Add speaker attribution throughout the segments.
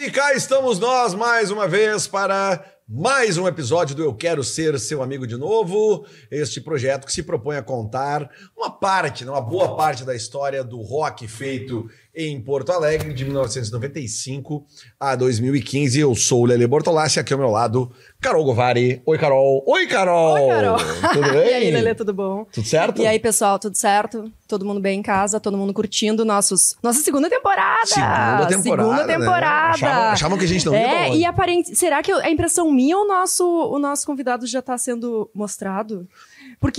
Speaker 1: E cá estamos nós mais uma vez para mais um episódio do Eu Quero Ser Seu Amigo de Novo, este projeto que se propõe a contar uma boa parte da história do rock feito em Porto Alegre de 1995 a 2015. Eu sou o Lele Bortolassi, aqui ao meu lado, Carol Govari. Oi, Carol. Oi, Carol.
Speaker 2: Oi, Carol.
Speaker 1: Tudo bem?
Speaker 2: E aí, Lele, tudo bom?
Speaker 1: Tudo certo?
Speaker 2: E aí, pessoal, tudo certo? Todo mundo bem em casa? Todo mundo curtindo nossa segunda temporada? Segunda temporada.
Speaker 1: Né? Achavam que a gente não ia.
Speaker 2: E será que a impressão minha ou o nosso convidado já tá sendo mostrado? Porque...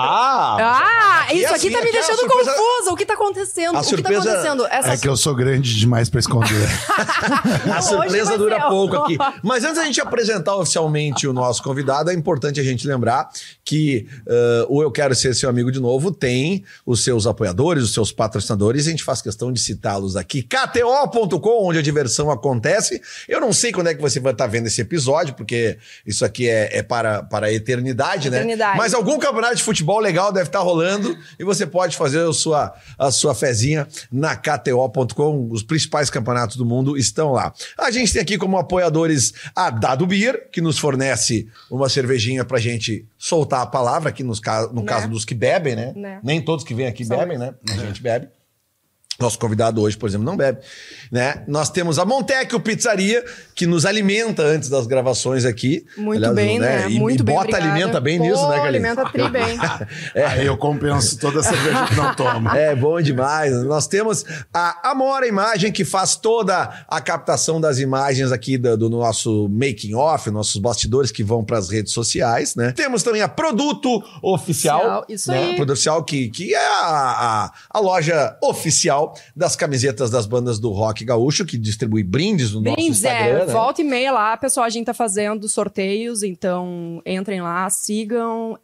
Speaker 2: isso aqui tá me deixando confusa. O que tá acontecendo?
Speaker 3: É que eu sou grande demais pra esconder.
Speaker 1: A surpresa dura pouco aqui. Mas antes da gente apresentar oficialmente o nosso convidado, é importante a gente lembrar que o Eu Quero Ser Seu Amigo de Novo tem os seus apoiadores, os seus patrocinadores, e a gente faz questão de citá-los aqui. KTO.com, onde a diversão acontece. Eu não sei quando é que você vai estar vendo esse episódio, porque isso aqui é para a eternidade, né? Mas algum campeonato de futebol legal deve estar rolando e você pode fazer a sua fezinha na KTO.com. Os principais campeonatos do mundo estão lá. A gente tem aqui como apoiadores a Dado Beer, que nos fornece uma cervejinha pra gente soltar a palavra aqui no caso dos que bebem, né? Nem todos que vêm aqui bebem, né? A gente bebe. Nosso convidado hoje, por exemplo, não bebe, né? Nós temos a Montecchio Pizzaria, que nos alimenta antes das gravações aqui.
Speaker 2: Muito bem, né?
Speaker 1: Muito bem, bota, alimenta bem nisso, né, Carlinhos?
Speaker 2: Alimenta tri bem.
Speaker 3: Aí eu compenso toda a cerveja que não tomo.
Speaker 1: É bom demais. Nós temos a Amora Imagem, que faz toda a captação das imagens aqui do nosso making off, nossos bastidores que vão para as redes sociais, né? Temos também a Produto Oficial.
Speaker 2: Isso
Speaker 1: né?
Speaker 2: aí.
Speaker 1: Produto Oficial, que é a loja oficial das camisetas das bandas do rock gaúcho, que distribui brindes no nosso Instagram. Né?
Speaker 2: Volta e meia lá, pessoal, a gente tá fazendo sorteios, então entrem lá, sigam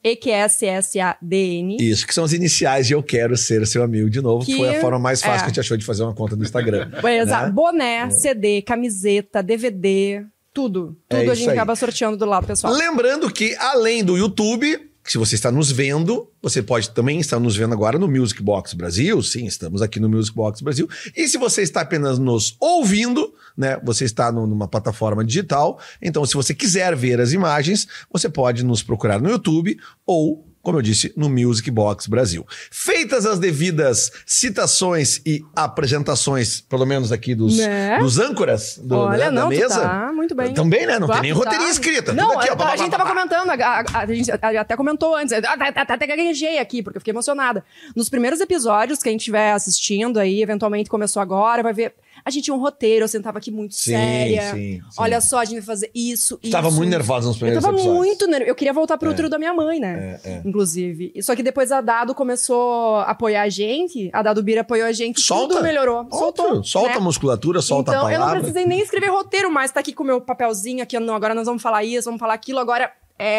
Speaker 2: EQSSADN.
Speaker 1: Isso, que são as iniciais de Eu Quero Ser Seu Amigo de Novo, que foi a forma mais fácil que a gente achou de fazer uma conta no Instagram.
Speaker 2: Exato. Né? Boné, CD, camiseta, DVD, tudo a gente acaba sorteando do lado, pessoal.
Speaker 1: Lembrando que, além do YouTube, se você está nos vendo, você pode também estar nos vendo agora no Music Box Brasil. Sim, estamos aqui no Music Box Brasil. E se você está apenas nos ouvindo, né, você está numa plataforma digital. Então, se você quiser ver as imagens, você pode nos procurar no YouTube ou, como eu disse, no Music Box Brasil. Feitas as devidas citações e apresentações, pelo menos aqui dos âncoras da mesa.
Speaker 2: Tá muito bem.
Speaker 1: Também, né? Não tem nem roteirinho escrito.
Speaker 2: Não, aqui, a gente tava comentando, a gente até comentou antes, até gaguejei aqui, porque eu fiquei emocionada. Nos primeiros episódios que a gente estiver assistindo aí, eventualmente começou agora, vai ver... A gente tinha um roteiro, eu sentava aqui muito séria. Sim. Olha só, a gente vai fazer isso.
Speaker 1: Você tava muito nervosa nos primeiros episódios.
Speaker 2: Eu tava muito nervosa. Eu queria voltar pro útero da minha mãe, né? Inclusive. Só que depois a Dado começou a apoiar a gente, a Dado Bira apoiou a gente, tudo melhorou.
Speaker 1: Solta a musculatura, solta a palavra.
Speaker 2: Então, eu não precisei nem escrever roteiro, mas tá aqui com o meu papelzinho aqui. Agora nós vamos falar isso, vamos falar aquilo. Agora...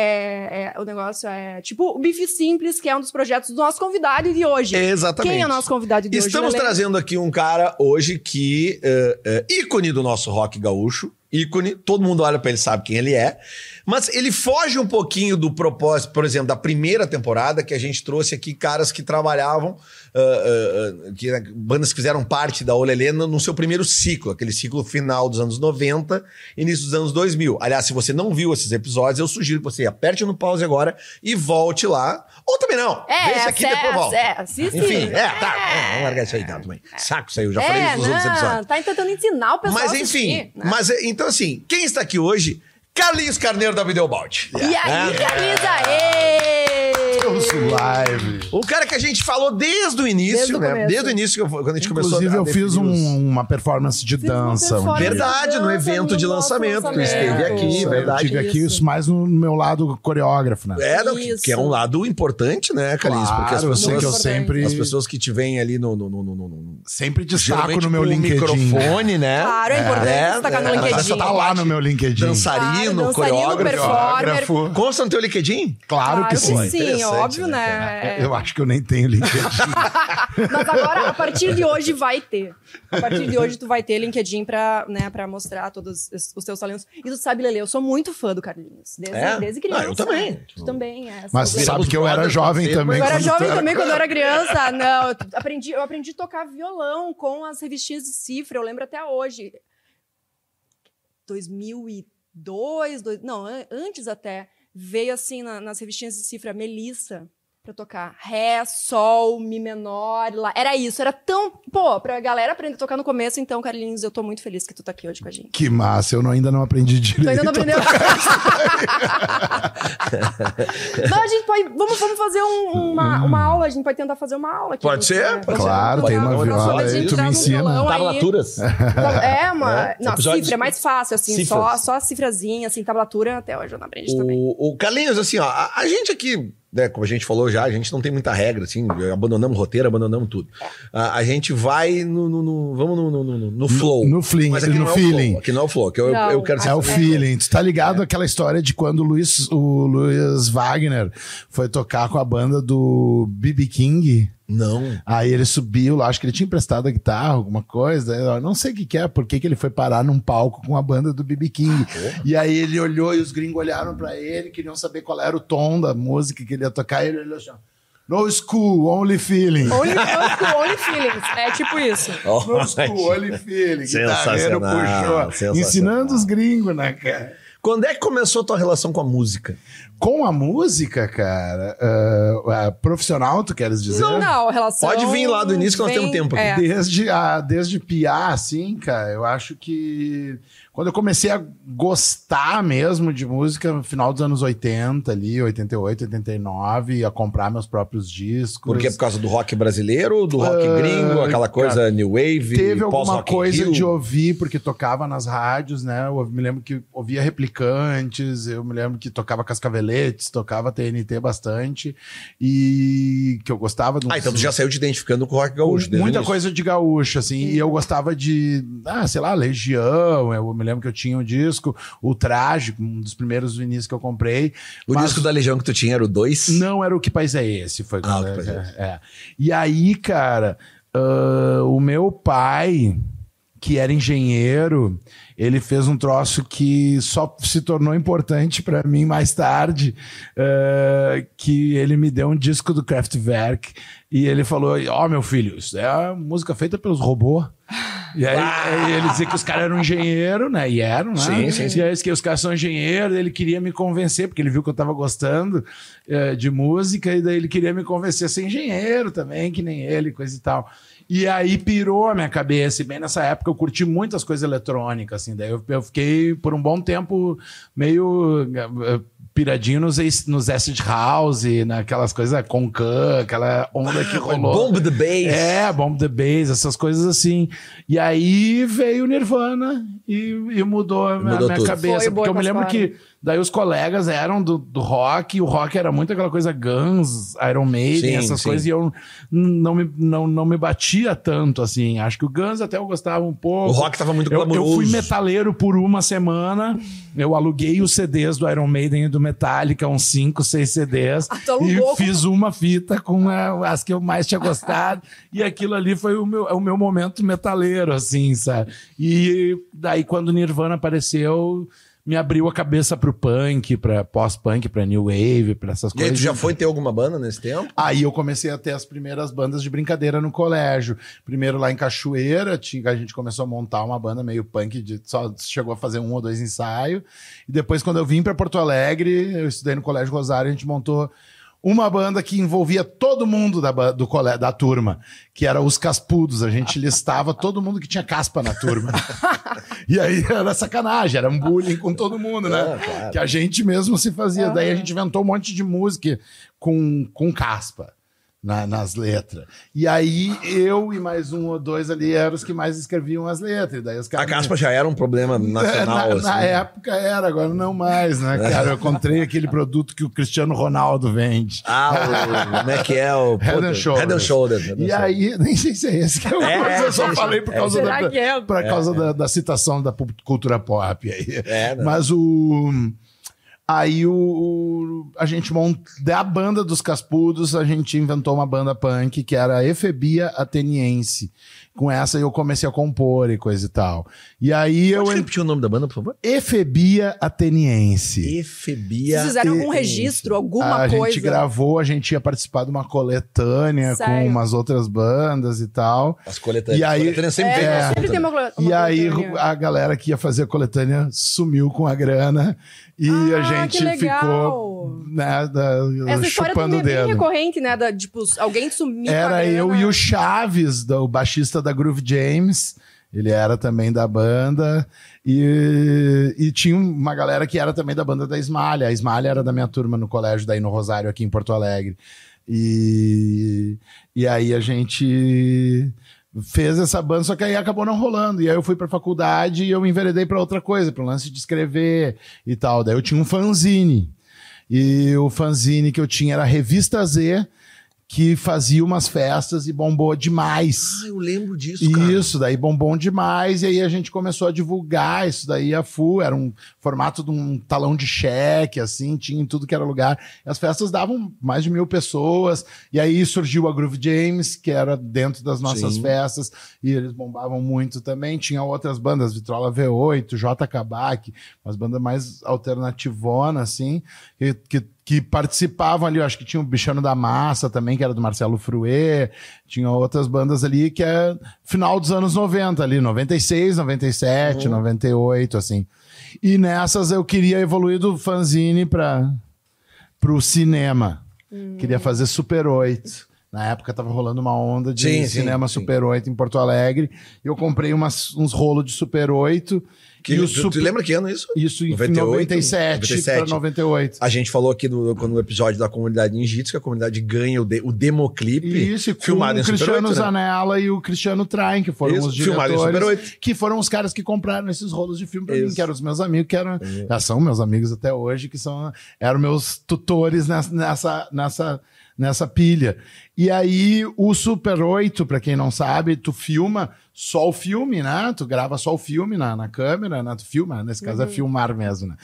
Speaker 2: o negócio é tipo o Bife Simples, que é um dos projetos do nosso convidado de hoje.
Speaker 1: Exatamente.
Speaker 2: Quem é o nosso convidado de hoje?
Speaker 1: Estamos trazendo aqui um cara hoje que ícone do nosso rock gaúcho. Ícone, todo mundo olha pra ele, sabe quem ele é. Mas ele foge um pouquinho do propósito, por exemplo, da primeira temporada, que a gente trouxe aqui caras que trabalhavam, bandas que fizeram parte da Olelê no seu primeiro ciclo, aquele ciclo final dos anos 90, início dos anos 2000. Aliás, se você não viu esses episódios, eu sugiro que você aperte no pause agora e volte lá. Ou também não. Deixa aqui e depois volta. Enfim, vamos largar isso aí também. Saco isso aí, eu já falei isso nos outros episódios.
Speaker 2: Tá tentando ensinar o pessoal.
Speaker 1: Mas enfim, então assim, quem está aqui hoje? Carlinhos Carneiro da Videobaldi.
Speaker 2: E aí, Carlinhos, aê!
Speaker 3: Live.
Speaker 1: O cara que a gente falou desde o início, né? Desde o início, quando a gente começou a...
Speaker 3: Inclusive, eu fiz uma performance de dança.
Speaker 1: Verdade, no evento de lançamento. Tu esteve aqui, verdade.
Speaker 3: Eu tive aqui isso mais no meu lado coreógrafo, né?
Speaker 1: Que é um lado importante, né, Carlinhos?
Speaker 3: Claro,
Speaker 1: porque as pessoas,
Speaker 3: eu sempre...
Speaker 1: As pessoas que te veem ali
Speaker 3: sempre destaco no meu LinkedIn.
Speaker 1: Microfone, né?
Speaker 2: Claro, é importante destacar no LinkedIn.
Speaker 3: Você tá lá no meu LinkedIn.
Speaker 1: Dançarino, coreógrafo. Consta no teu LinkedIn?
Speaker 3: Claro que sim.
Speaker 2: Sim, óbvio, né?
Speaker 3: Eu acho que eu nem tenho LinkedIn.
Speaker 2: Mas agora, a partir de hoje, vai ter. A partir de hoje, tu vai ter LinkedIn pra mostrar todos os teus talentos. E tu sabe, Lele, eu sou muito fã do Carlinhos. Desde criança.
Speaker 1: Eu também.
Speaker 2: Tu também.
Speaker 3: Mas tu sabe que eu era jovem também.
Speaker 2: Eu era jovem também quando eu era criança. Não, eu aprendi a tocar violão com as revistinhas de cifra. Eu lembro até hoje. 2002, não, antes até, veio assim nas revistinhas de cifra, Melissa, pra tocar Ré, Sol, Mi menor, Lá. Era isso, era tão... Pô, pra galera aprender a tocar no começo, então, Carlinhos, eu tô muito feliz que tu tá aqui hoje com a gente.
Speaker 3: Que massa, eu ainda não aprendi direito.
Speaker 2: Tu ainda não aprendeu? Não, a gente pode... Vamos fazer uma aula, a gente pode tentar fazer uma aula aqui.
Speaker 1: Pode ser?
Speaker 3: Claro, tem uma viola aí, tu me ensina.
Speaker 1: Tablaturas?
Speaker 2: Não, cifra é mais fácil, assim, só a cifrazinha, assim, tablatura, até hoje eu não aprendi também.
Speaker 1: O Carlinhos, assim, ó, a gente aqui... Né, como a gente falou já, a gente não tem muita regra, assim, abandonamos roteiro, abandonamos tudo. A gente vai no flow.
Speaker 3: No feeling.
Speaker 1: Mas aqui
Speaker 3: no
Speaker 1: não é
Speaker 3: feeling.
Speaker 1: O flow, aqui não é o flow. Que eu quero
Speaker 3: É o feeling. Tu tá ligado àquela história de quando o Luiz Wagner foi tocar com a banda do B.B. King?
Speaker 1: Não.
Speaker 3: Aí ele subiu lá, acho que ele tinha emprestado a guitarra, alguma coisa. Eu não sei o que é, por que ele foi parar num palco com a banda do B.B. King. E aí ele olhou e os gringos olharam pra ele, queriam saber qual era o tom da música que ele ia tocar. E ele olhou assim: no school, only feeling.
Speaker 2: Only feelings. É tipo isso.
Speaker 3: No school, only feeling. Guitarreiro puxou. Ensinando os gringos, né, cara?
Speaker 1: Quando é que começou a tua relação com a música?
Speaker 3: Com a música, cara, profissional, tu queres dizer?
Speaker 2: Não, a relação...
Speaker 1: Pode vir lá do início que nós temos tempo aqui.
Speaker 3: Desde piá, assim, cara, eu acho que quando eu comecei a gostar mesmo de música, no final dos anos 80 ali, 88, 89, a comprar meus próprios discos.
Speaker 1: Por quê? Por causa do rock brasileiro, do rock gringo, aquela coisa cara, new wave,
Speaker 3: teve alguma coisa de ouvir, porque tocava nas rádios, né? Eu me lembro que ouvia Replicantes, eu me lembro que tocava Cascaveletes, tocava TNT bastante, e que eu gostava...
Speaker 1: então tu já saiu te identificando com o rock gaúcho.
Speaker 3: Muita coisa de gaúcho, assim, e eu gostava de, sei lá, Legião, eu me lembro que eu tinha um disco, o Trágico, um dos primeiros vinis que eu comprei.
Speaker 1: O disco da Legião que tu tinha era o 2?
Speaker 3: Não, era o Que País é Esse? Foi E aí, cara, o meu pai, que era engenheiro, ele fez um troço que só se tornou importante pra mim mais tarde, que ele me deu um disco do Kraftwerk e ele falou: meu filho, isso é a música feita pelos robôs. E aí ele dizia que os caras eram engenheiros, né? E eram, né? Sim. E aí que os caras são engenheiros, ele queria me convencer, porque ele viu que eu tava gostando de música, e daí ele queria me convencer a ser engenheiro também, que nem ele, coisa e tal. E aí pirou a minha cabeça, e bem nessa época eu curti muitas coisas eletrônicas, assim, daí eu fiquei por um bom tempo meio piradinho nos acid house, naquelas coisas Concan, aquela onda que rolou.
Speaker 1: Bomb the Bass.
Speaker 3: Bomb the Bass, essas coisas assim. E aí veio o Nirvana e mudou a minha cabeça. Porque eu me lembro que daí os colegas eram do rock, e o rock era muito aquela coisa Guns, Iron Maiden, essas coisas, e eu não me batia tanto, assim. Acho que o Guns até eu gostava um pouco.
Speaker 1: O rock tava muito glamouroso.
Speaker 3: Eu fui metaleiro por uma semana, eu aluguei os CDs do Iron Maiden e do Metallica, uns 5, 6 CDs, e fiz uma fita com as que eu mais tinha gostado, e aquilo ali foi o meu momento metaleiro, assim, sabe? E daí quando o Nirvana apareceu, me abriu a cabeça pro punk, pra pós-punk, pra new wave, pra essas coisas.
Speaker 1: E aí tu já foi ter alguma banda nesse tempo?
Speaker 3: Aí eu comecei a ter as primeiras bandas de brincadeira no colégio. Primeiro lá em Cachoeira, a gente começou a montar uma banda meio punk, só chegou a fazer 1 ou 2 ensaios. E depois, quando eu vim pra Porto Alegre, eu estudei no Colégio Rosário, a gente montou uma banda que envolvia todo mundo da turma, que era os Caspudos. A gente listava todo mundo que tinha caspa na turma. E aí era sacanagem, era um bullying com todo mundo, né? Claro. Que a gente mesmo se fazia. Daí a gente inventou um monte de música com caspa nas letras. E aí eu e mais 1 ou 2 ali eram os que mais escreviam as letras. Daí os caras
Speaker 1: a caspa já era um problema nacional.
Speaker 3: Na época era, agora não mais, né, cara? Eu encontrei aquele produto que o Cristiano Ronaldo vende.
Speaker 1: Como é que é? O
Speaker 3: Head and Shoulders.
Speaker 1: Head and Shoulders.
Speaker 3: E aí, nem sei se é esse que eu só falei por causa da citação da cultura pop aí. Mas Aí a gente da banda dos Caspudos, a gente inventou uma banda punk que era a Efebia Ateniense, com essa eu comecei a compor e coisa e tal. E aí
Speaker 1: Pode repetir o nome da banda, por favor?
Speaker 3: Efebia Ateniense.
Speaker 1: Efebia.
Speaker 2: Vocês fizeram algum registro, alguma coisa?
Speaker 3: A gente gravou, a gente ia participar de uma coletânea com umas outras bandas e tal.
Speaker 1: As coletâneas.
Speaker 3: E aí,
Speaker 1: coletâneas sempre
Speaker 2: tem uma
Speaker 3: e aí
Speaker 2: coletânea.
Speaker 3: a galera que ia fazer a coletânea sumiu com a grana e a gente ficou, né,
Speaker 2: essa história
Speaker 3: chupando o
Speaker 2: também é bem
Speaker 3: dedo.
Speaker 2: recorrente, né? Tipo, alguém sumir
Speaker 3: Era
Speaker 2: com a grana.
Speaker 3: eu e o Chaves, o baixista da Groove James. Ele era também da banda. E tinha uma galera que era também da banda da Esmalha. A Esmalha era da minha turma no colégio, daí no Rosário, aqui em Porto Alegre. E aí a gente fez essa banda, só que aí acabou não rolando. E aí eu fui pra faculdade e eu me enveredei pra outra coisa, pro lance de escrever e tal. Daí eu tinha um fanzine. E o fanzine que eu tinha era a Revista Z, que fazia umas festas e bombou demais.
Speaker 1: Eu lembro disso, cara.
Speaker 3: Isso, daí bombou demais, e aí a gente começou a divulgar isso daí a full, era um formato de um talão de cheque, assim, tinha em tudo que era lugar. As festas davam mais de 1.000 pessoas, e aí surgiu a Groove James, que era dentro das nossas festas, e eles bombavam muito também. Tinha outras bandas, Vitrola V8, J. Kabak, umas bandas mais alternativonas, assim, que participavam ali, eu acho que tinha o Bichano da Massa também, que era do Marcelo Fruet, tinha outras bandas ali que é final dos anos 90 ali, 96, 97, 98, assim. E nessas eu queria evoluir do fanzine pro cinema. Queria fazer Super 8. Na época tava rolando uma onda de cinema Super 8 em Porto Alegre. Eu comprei uns rolos de Super 8.
Speaker 1: Tu lembra que ano isso?
Speaker 3: Isso em 97 para 98.
Speaker 1: A gente falou aqui no episódio da comunidade Ninjitsu, que a comunidade ganha o democlipe.
Speaker 3: Isso,
Speaker 1: filmado
Speaker 3: com
Speaker 1: em
Speaker 3: o
Speaker 1: Super
Speaker 3: Cristiano
Speaker 1: 8,
Speaker 3: Zanella e o Cristiano Train, que foram os
Speaker 1: filmado em Super 8.
Speaker 3: diretores, que foram os caras que compraram esses rolos de filme pra mim, que eram os meus amigos, que já são meus amigos até hoje, que eram meus tutores nessa pilha. E aí, o Super 8, pra quem não sabe, tu filma só o filme, né? Tu grava só o filme na câmera, né? Tu filma, nesse caso é filmar mesmo, né?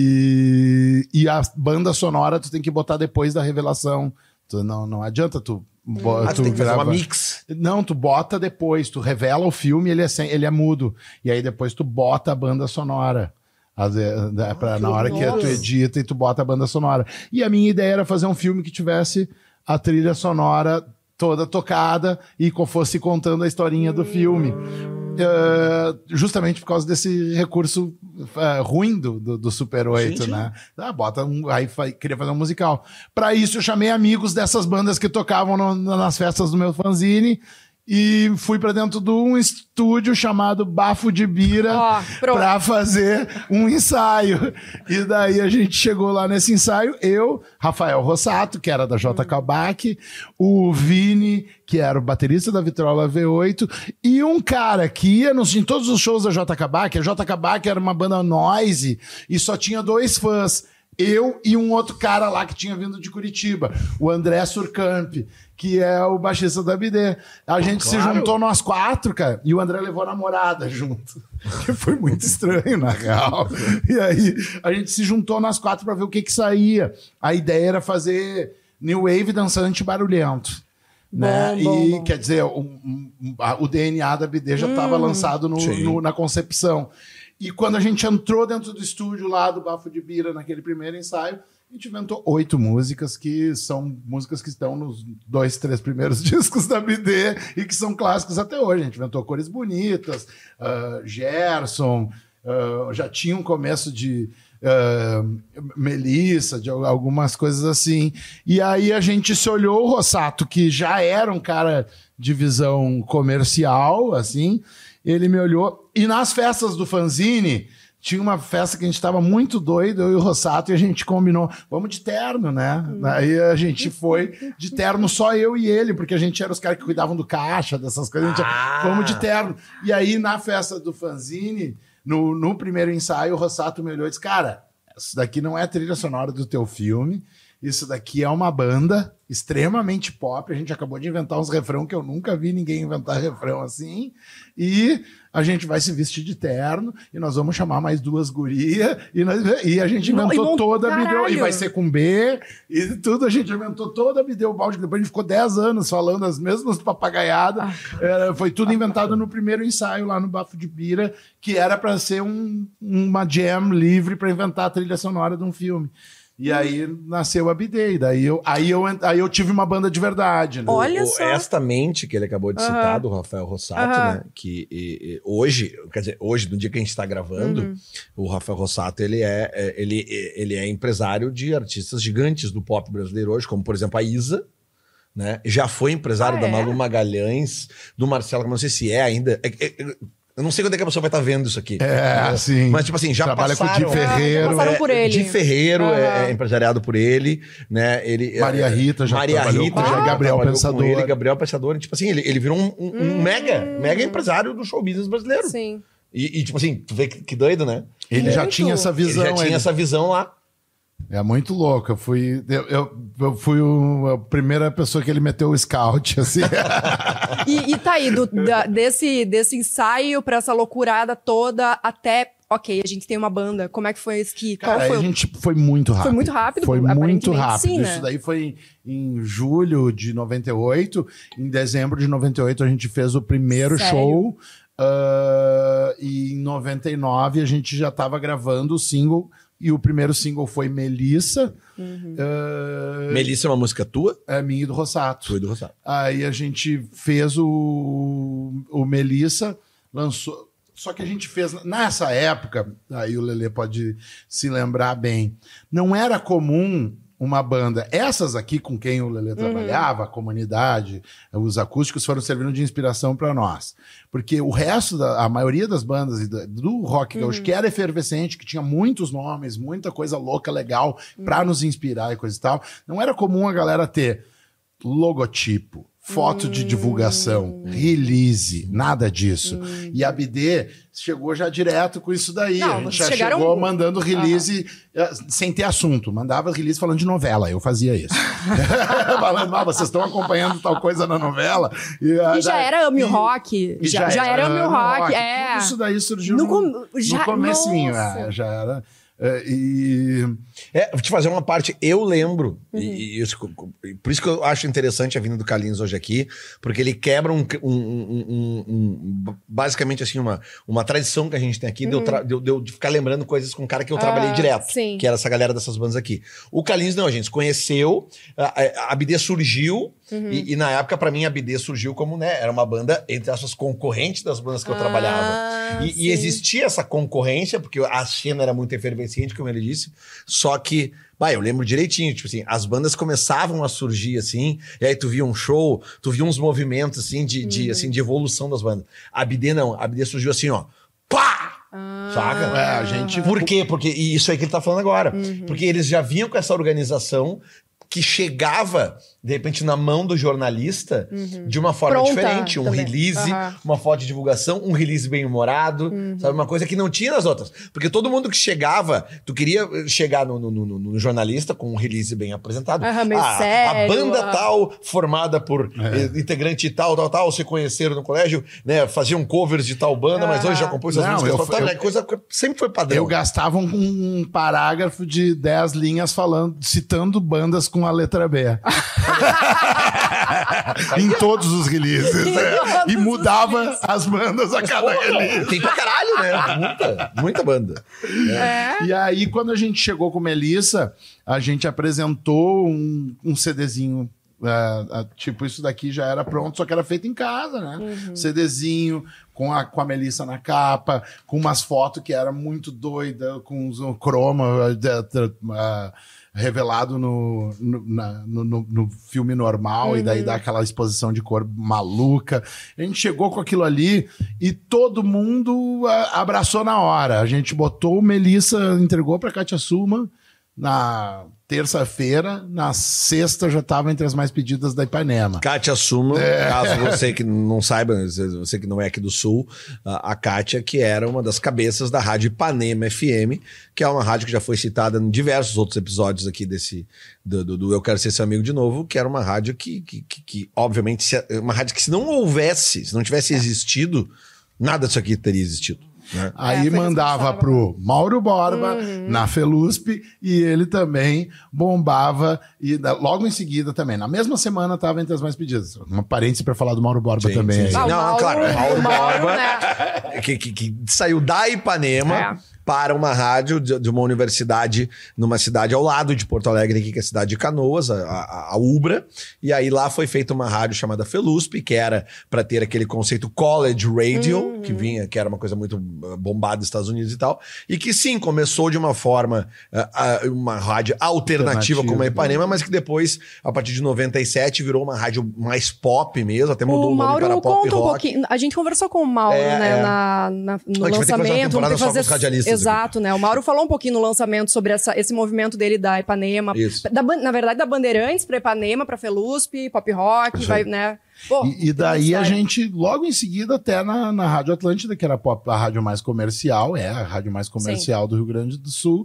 Speaker 3: E a banda sonora tu tem que botar depois da revelação. Não adianta tu...
Speaker 1: tu tem que fazer uma mix.
Speaker 3: Não, tu bota depois, tu revela o filme, ele é mudo. E aí depois tu bota a banda sonora. Na hora que tu edita e tu bota a banda sonora. E a minha ideia era fazer um filme que tivesse a trilha sonora toda tocada e fosse contando a historinha do filme. Justamente por causa desse recurso ruim do Super 8, sim. Né? Aí queria fazer um musical. Para isso eu chamei amigos dessas bandas que tocavam nas festas do meu fanzine e fui para dentro de um estúdio chamado Bafo de Bira para fazer um ensaio. E daí a gente chegou lá nesse ensaio, eu, Rafael Rossato, que era da J. Kabak, o Vini, que era o baterista da Vitrola V8, e um cara que ia em todos os shows da J. Kabak. A J. Kabak era uma banda noise e só tinha 2 fãs. Eu e um outro cara lá que tinha vindo de Curitiba, o André Surcamp, que é o baixista da BD. A gente se juntou nós 4, cara, e o André levou a namorada junto. Que foi muito estranho, na real. E aí a gente se juntou nós 4 pra ver o que saía. A ideia era fazer New Wave dançante barulhento. Né? Bom. Quer dizer, o DNA da BD já estava lançado na concepção. E quando a gente entrou dentro do estúdio lá do Bafo de Bira, naquele primeiro ensaio, a gente inventou 8 músicas, que são músicas que estão nos 2, 3 primeiros discos da BD e que são clássicos até hoje. A gente inventou Cores Bonitas, Gerson, já tinha um começo de Melissa, de algumas coisas assim. E aí a gente se olhou, o Rossato, que já era um cara de visão comercial, assim, ele me olhou. E nas festas do fanzine, tinha uma festa que a gente estava muito doido, eu e o Rossato, e a gente combinou, vamos de terno, né? Aí a gente foi de terno, só eu e ele, porque a gente era os caras que cuidavam do caixa, dessas coisas, vamos de terno. E aí, na festa do fanzine, no primeiro ensaio, o Rossato me olhou e disse, cara, isso daqui não é a trilha sonora do teu filme, isso daqui é uma banda extremamente pop, a gente acabou de inventar uns refrão que eu nunca vi ninguém inventar refrão assim, e a gente vai se vestir de terno, e nós vamos chamar mais 2 gurias, e a gente inventou toda a Bideu, e vai ser com B, e tudo, a gente inventou toda a Bideu Balde, depois a gente ficou 10 anos falando as mesmas papagaiadas, foi tudo inventado no primeiro ensaio lá no Bafo de Bira, que era para ser uma jam livre para inventar a trilha sonora de um filme. E aí nasceu a Bidei. Daí eu tive uma banda de verdade, né?
Speaker 2: Olha só.
Speaker 1: Esta mente que ele acabou de citar, do Rafael Rossato, né? Que hoje, quer dizer, hoje, no dia que a gente está gravando, o Rafael Rossato, ele é empresário de artistas gigantes do pop brasileiro hoje, como, por exemplo, a Isa, né? Já foi empresário da Malu Magalhães, do Marcelo, não sei se é ainda... Eu não sei quando é que a pessoa vai estar vendo isso aqui.
Speaker 3: Sim.
Speaker 1: Mas, tipo assim, já
Speaker 3: trabalha
Speaker 1: passaram...
Speaker 3: com o Di Ferreiro.
Speaker 2: passaram por ele.
Speaker 1: Di Ferreiro é empresariado por ele, né?
Speaker 3: Maria Rita já trabalhou com ele. Gabriel Pensador.
Speaker 1: Ele, Gabriel Pensador. Tipo assim, ele virou um mega empresário do show business brasileiro.
Speaker 2: Sim.
Speaker 1: E tipo assim, tu vê que doido, né?
Speaker 3: Ele já tinha essa visão.
Speaker 1: Ele já tinha essa visão lá.
Speaker 3: É muito louco. Eu fui a primeira pessoa que ele meteu o scout, assim.
Speaker 2: E tá aí, desse ensaio pra essa loucurada toda até... Ok, a gente tem uma banda. Como é que foi isso?
Speaker 3: Cara, a gente foi muito rápido.
Speaker 2: Foi muito rápido?
Speaker 3: Foi muito rápido.
Speaker 2: Sim, né?
Speaker 3: Isso daí foi em julho de 98. Em dezembro de 98 a gente fez o primeiro show. E em 99 a gente já tava gravando o single... E o primeiro single foi Melissa.
Speaker 1: Melissa é uma música tua?
Speaker 3: É minha e do Rossato.
Speaker 1: Tua e do Rossato.
Speaker 3: Aí a gente fez o Melissa, lançou... Só que a gente fez... Nessa época, aí o Lelê pode se lembrar bem, não era comum uma banda... Essas aqui com quem o Lelê trabalhava, a comunidade, os acústicos foram servindo de inspiração para nós. Porque o resto, a maioria das bandas do rock gaúcho, que era efervescente, que tinha muitos nomes, muita coisa louca, legal, para nos inspirar e coisa e tal, não era comum a galera ter logotipo, foto de divulgação, release, nada disso. E a BD chegou já direto com isso daí.
Speaker 2: Não,
Speaker 3: a gente já chegou mandando release sem ter assunto. Mandava release falando de novela. Eu fazia isso. Falando, vocês estão acompanhando tal coisa na novela.
Speaker 2: E já era Ame o Rock. Já era Ame o Rock.
Speaker 3: Tudo isso daí surgiu no comecinho. Já era...
Speaker 1: Vou te fazer uma parte, eu lembro, por isso que eu acho interessante a vinda do Carlinhos hoje aqui, porque ele quebra basicamente assim, uma tradição que a gente tem aqui, de eu ficar lembrando coisas com um cara que eu trabalhei direto, que era essa galera dessas bandas aqui. O Carlinhos não, a gente se conheceu, a BD surgiu, e na época, pra mim, a BD surgiu como, né, era uma banda, entre aspas, concorrente das bandas que eu trabalhava. E existia essa concorrência, porque a cena era muito efervescente, como ele disse, só que, eu lembro direitinho, tipo assim, as bandas começavam a surgir, assim, e aí tu via um show, tu via uns movimentos, assim, de evolução das bandas. A BD não, a BD surgiu assim, ó, pá! Saca?
Speaker 3: A gente...
Speaker 1: Por quê? Porque, e isso aí que ele tá falando agora, porque eles já vinham com essa organização que chegava, de repente, na mão do jornalista de uma forma
Speaker 2: pronta
Speaker 1: diferente. Um
Speaker 2: também.
Speaker 1: release, uma foto de divulgação, um release bem-humorado, sabe? Uma coisa que não tinha nas outras. Porque todo mundo que chegava, tu queria chegar no jornalista com um release bem apresentado.
Speaker 2: Meio sério,
Speaker 1: a banda tal, formada por integrante tal, se conheceram no colégio, né? Faziam covers de tal banda, mas hoje já compôs as músicas. Coisa sempre foi padrão.
Speaker 3: Eu gastava um parágrafo de 10 linhas citando bandas com a letra B. Em todos os releases. E mudava as bandas a cada release.
Speaker 1: Tem pra caralho, né? Muita banda.
Speaker 3: E aí, quando a gente chegou com Melissa, a gente apresentou um CDzinho. Tipo, isso daqui já era pronto, só que era feito em casa, né? CDzinho, com a Melissa na capa, com umas fotos que era muito doida, com um croma revelado no filme normal, e daí dá aquela exposição de cor maluca. A gente chegou com aquilo ali e todo mundo abraçou na hora. A gente botou o Melissa, entregou pra Kátia Suma, na terça-feira, na sexta já estava entre as mais pedidas da Ipanema.
Speaker 1: Kátia Suma, caso você que não saiba, você que não é aqui do Sul, a Kátia, que era uma das cabeças da rádio Ipanema FM, que é uma rádio que já foi citada em diversos outros episódios aqui do Eu Quero Ser Seu Amigo de Novo, que era uma rádio que obviamente, uma rádio que se não tivesse existido, nada disso aqui teria existido. Né?
Speaker 3: Aí mandava pro Mauro Borba, na Felusp, e ele também bombava, e logo em seguida também. Na mesma semana estava entre as mais pedidas. Uma parêntese para falar do Mauro Borba também.
Speaker 1: Sim. Não, claro, o Mauro Borba, né? que saiu da Ipanema para uma rádio de uma universidade numa cidade ao lado de Porto Alegre, que é a cidade de Canoas, a Ubra, e aí lá foi feita uma rádio chamada Felusp, que era para ter aquele conceito college radio, que era uma coisa muito bombada nos Estados Unidos e tal, e que sim, começou de uma forma, uma rádio alternativa como a Ipanema, mas que depois, a partir de 97, virou uma rádio mais pop mesmo, até mudou o nome para pop rock.
Speaker 2: Pouquinho. A gente conversou com o Mauro, né, no lançamento.
Speaker 1: Vamos ter que fazer os radialistas.
Speaker 2: Exato, né? O Mauro falou um pouquinho no lançamento sobre esse movimento dele da Ipanema. Na verdade, da Bandeirantes pra Ipanema, pra Felusp, pop rock, vai, né? Pô,
Speaker 3: e daí a gente, logo em seguida, até na Rádio Atlântida, que era a rádio mais comercial, a rádio mais comercial do Rio Grande do Sul,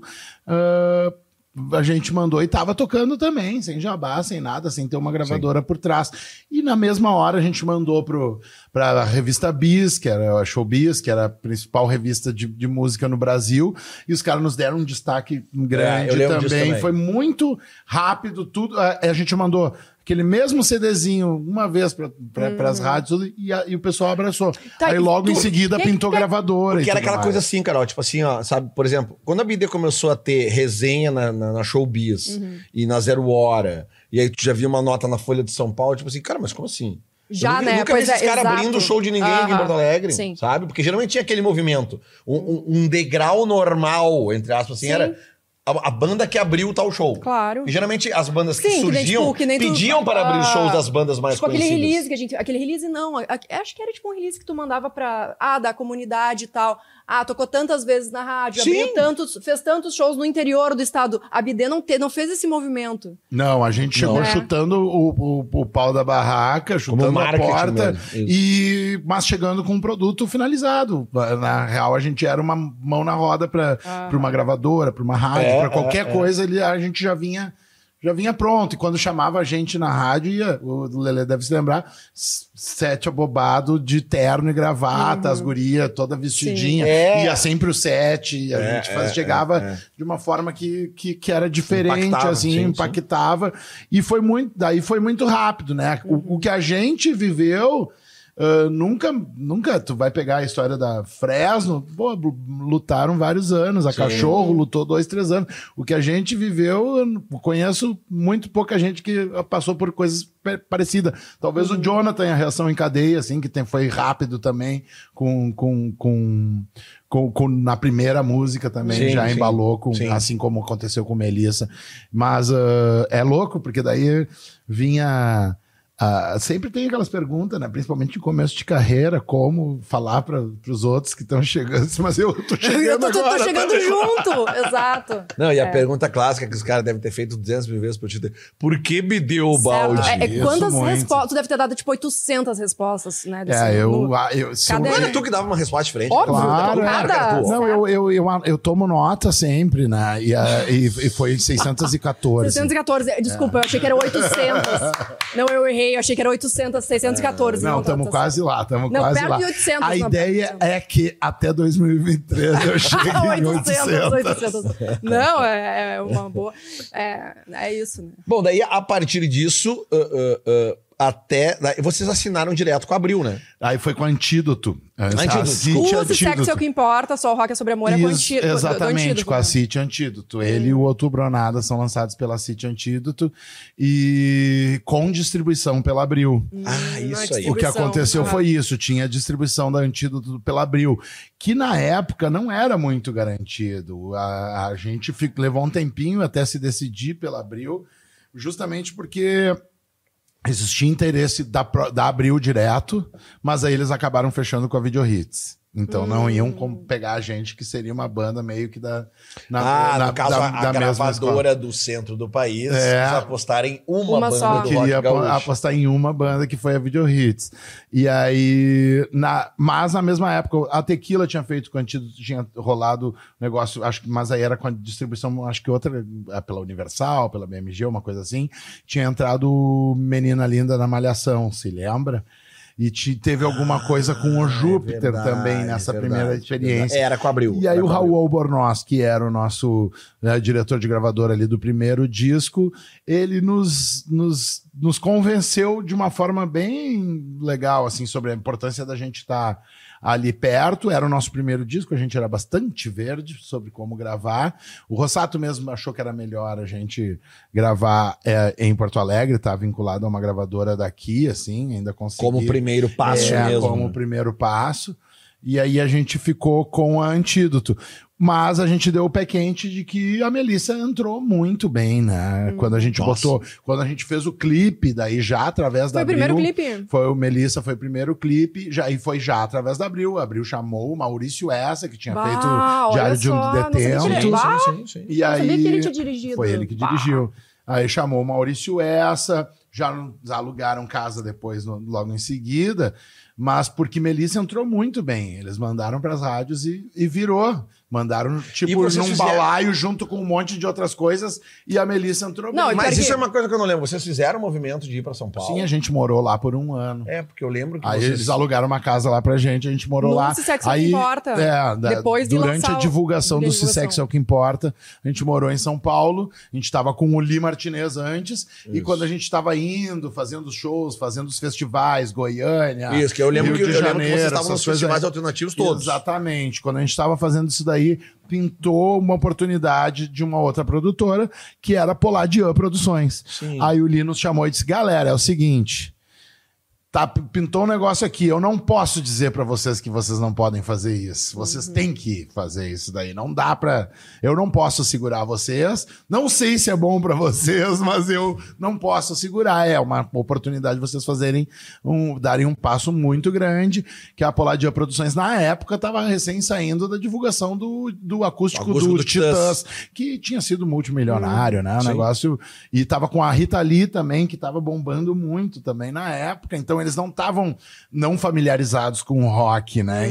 Speaker 3: a gente mandou e tava tocando também, sem jabá, sem nada, sem ter uma gravadora por trás. E na mesma hora a gente mandou pra revista Bis, que era a Showbiz, que era a principal revista de música no Brasil, e os caras nos deram um destaque grande também. Foi muito rápido tudo. A gente mandou aquele mesmo CDzinho uma vez para as rádios e o pessoal abraçou. Aí logo em seguida pintou gravadora.
Speaker 1: Porque era aquela coisa assim, Carol, tipo assim, ó, sabe, por exemplo, quando a BD começou a ter resenha na Showbiz e na Zero Hora, e aí tu já via uma nota na Folha de São Paulo, tipo assim, cara, mas como assim?
Speaker 2: Já,
Speaker 1: eu nunca vi esses caras abrindo o show de ninguém aqui em Porto Alegre, sabe? Porque geralmente tinha aquele movimento, um degrau normal, entre aspas, assim, era a banda que abriu tal show.
Speaker 2: Claro.
Speaker 1: E geralmente as bandas que surgiam pediam para abrir os shows das bandas mais conhecidas.
Speaker 2: Aquele release aquele release não, acho que era tipo um release que tu mandava pra, da comunidade e tal. Tocou tantas vezes na rádio, fez tantos shows no interior do estado. A BD não fez esse movimento.
Speaker 3: Não, a gente chegou chutando o pau da barraca, chutando a porta, mas chegando com um produto finalizado. Na real, a gente era uma mão na roda pra uma gravadora, pra uma rádio, pra qualquer coisa, a gente já vinha pronto. E quando chamava a gente na rádio, o Lelê deve se lembrar, 7 abobado de terno e gravata, as gurias toda vestidinha. Ia sempre o 7, a gente chegava de uma forma que era diferente, impactava. E foi muito rápido, né? O que a gente viveu... nunca tu vai pegar a história da Fresno, lutaram vários anos, a Cachorro lutou 2, 3 anos. O que a gente viveu, eu conheço muito pouca gente que passou por coisas parecidas. Talvez o Jonathan, a reação em cadeia, assim, que foi rápido também na primeira música também, embalou, assim como aconteceu com Melissa. Mas é louco, porque daí vinha... sempre tem aquelas perguntas, né? Principalmente no começo de carreira, como falar para os outros que estão chegando, mas eu tô chegando agora.
Speaker 2: Tô chegando junto, exato.
Speaker 1: Não, e a pergunta clássica que os caras devem ter feito 200 mil vezes por Twitter, por que me deu o balde?
Speaker 2: Quantas respostas? Tu deve ter dado tipo 800 respostas, né?
Speaker 1: Não era tu que dava uma resposta diferente?
Speaker 2: Óbvio,
Speaker 3: claro, não, eu tomo nota sempre, né? E foi 614.
Speaker 2: 614, desculpa, eu achei que era 800. Não, eu errei. Eu achei que era 800, 614.
Speaker 3: Não, estamos quase lá, estamos quase lá.
Speaker 2: De 800,
Speaker 3: a ideia é que até 2023 eu chegue em 800.
Speaker 2: Não, é uma boa... É isso, né?
Speaker 1: Bom, daí a partir disso... vocês assinaram direto com a Abril, né?
Speaker 3: Aí foi com a Antídoto.
Speaker 2: O Sexo é o que importa, só o Rock é sobre amor, é com Antídoto.
Speaker 3: Exatamente, com a City Antídoto. Ele e o Outubro Nada são lançados pela City Antídoto e com distribuição pela Abril.
Speaker 1: Isso aí.
Speaker 3: O que aconteceu foi isso, tinha distribuição da Antídoto pela Abril, que na época não era muito garantido. A gente levou um tempinho até se decidir pela Abril, justamente porque... existia interesse da Abril direto, mas aí eles acabaram fechando com a Video Hits. Então não iam pegar a gente, que seria uma banda meio que
Speaker 1: no caso, a gravadora do centro do país, eles apostarem uma banda
Speaker 2: só.
Speaker 1: do rock
Speaker 3: queria
Speaker 1: gaúcho.
Speaker 3: apostar em uma banda, que foi a Video Hits. E aí, mas na mesma época, a Tequila tinha feito com o Antídoto, tinha rolado negócio, acho que, mas aí era com a distribuição, acho que outra, pela Universal, pela BMG, uma coisa assim. Tinha entrado Menina Linda na Malhação, se lembra? E teve alguma coisa com o Júpiter também nessa primeira experiência.
Speaker 1: Era com a Abril.
Speaker 3: E aí o Raul Albornoz, que era o nosso diretor de gravadora ali do primeiro disco, ele nos convenceu de uma forma bem legal, assim, sobre a importância da gente estar ali perto. Era o nosso primeiro disco, a gente era bastante verde sobre como gravar. O Rossato mesmo achou que era melhor a gente gravar em Porto Alegre, tá vinculado a uma gravadora daqui, assim, ainda consegui.
Speaker 1: Como primeiro passo mesmo.
Speaker 3: Como primeiro passo. E aí a gente ficou com a Antídoto. Mas a gente deu o pé quente de que a Melissa entrou muito bem, né? Quando a gente quando a gente fez o clipe, daí já através da Abril. Foi o primeiro clipe? Foi o Melissa, foi o primeiro clipe, e foi já através da Abril. A Abril chamou o Maurício Essa, que tinha feito Diário de um Detento.
Speaker 2: Sim.
Speaker 3: E aí,
Speaker 2: sabia que ele tinha dirigido.
Speaker 3: Foi ele que dirigiu. Aí chamou o Maurício Essa, já alugaram casa depois, logo em seguida, mas porque Melissa entrou muito bem. Eles mandaram para as rádios e virou. Mandaram, tipo, num balaio junto com um monte de outras coisas, e a Melissa entrou bem.
Speaker 1: Mas isso é uma coisa que eu não lembro. Vocês fizeram o movimento de ir pra São Paulo?
Speaker 3: Sim, a gente morou lá por um ano.
Speaker 1: Porque eu lembro que
Speaker 3: aí eles alugaram uma casa lá pra gente, a gente morou lá.
Speaker 2: Sexo é o que importa. Depois de
Speaker 3: durante a divulgação do Se Sexo é o que importa, a gente morou em São Paulo, a gente tava com o Li Martinez antes, e quando a gente tava indo, fazendo shows, fazendo os festivais, Goiânia,
Speaker 1: isso, que eu lembro
Speaker 3: Rio de Janeiro,
Speaker 1: que vocês estavam nos festivais alternativos todos.
Speaker 3: Exatamente. Quando a gente tava fazendo isso daí, pintou uma oportunidade de uma outra produtora, que era a Poladian Produções. Sim. Aí o Li nos chamou e disse, galera, é o seguinte, pintou um negócio aqui, eu não posso dizer pra vocês que vocês não podem fazer isso, vocês têm que fazer isso daí, não dá pra, eu não posso segurar vocês, não sei se é bom pra vocês, mas eu não posso segurar, é uma oportunidade de vocês darem um passo muito grande, que a Poladian Produções na época tava recém saindo da divulgação do acústico do Titãs, que tinha sido multimilionário, né, o negócio, e tava com a Rita Lee também, que tava bombando muito também na época, então eles não estavam familiarizados com o rock, né?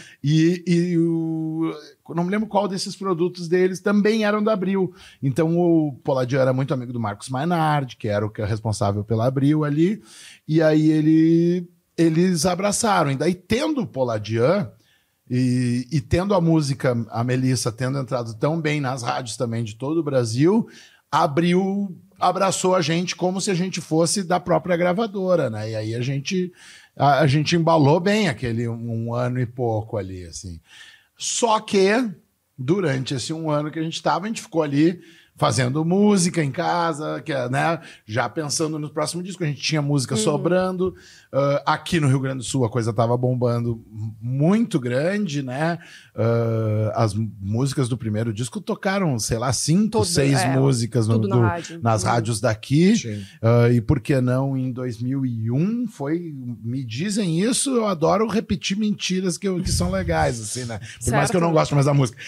Speaker 3: Não me lembro qual desses produtos deles também eram da Abril. Então o Poladian era muito amigo do Marcos Mainardi, que era o responsável pela Abril ali, e aí eles abraçaram. E daí, tendo o Poladian e tendo a música, a Melissa tendo entrado tão bem nas rádios também de todo o Brasil, a Abril abraçou a gente como se a gente fosse da própria gravadora, né? E aí a gente embalou bem aquele um ano e pouco ali, assim. Só que durante esse um ano que a gente ficou ali fazendo música em casa, né? Já pensando no próximo disco, a gente tinha música sobrando. Aqui no Rio Grande do Sul a coisa estava bombando muito grande, né? As músicas do primeiro disco tocaram, sei lá, 5, 6 músicas nas rádios daqui. E por que não em 2001 me dizem isso, eu adoro repetir mentiras que são legais, assim, né? Por mais que eu não goste mais da música.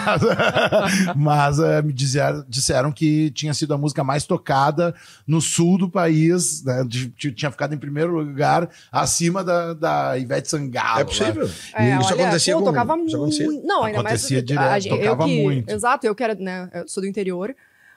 Speaker 3: Mas me disseram que tinha sido a música mais tocada no sul do país, né? Tinha ficado em primeiro lugar, acima da Ivete Sangalo.
Speaker 1: É possível.
Speaker 3: Isso acontecia
Speaker 2: tocava muito. Não, ainda
Speaker 3: acontecia
Speaker 2: mais
Speaker 3: direto, tocava muito.
Speaker 2: Exato, eu que era, né, eu sou do interior,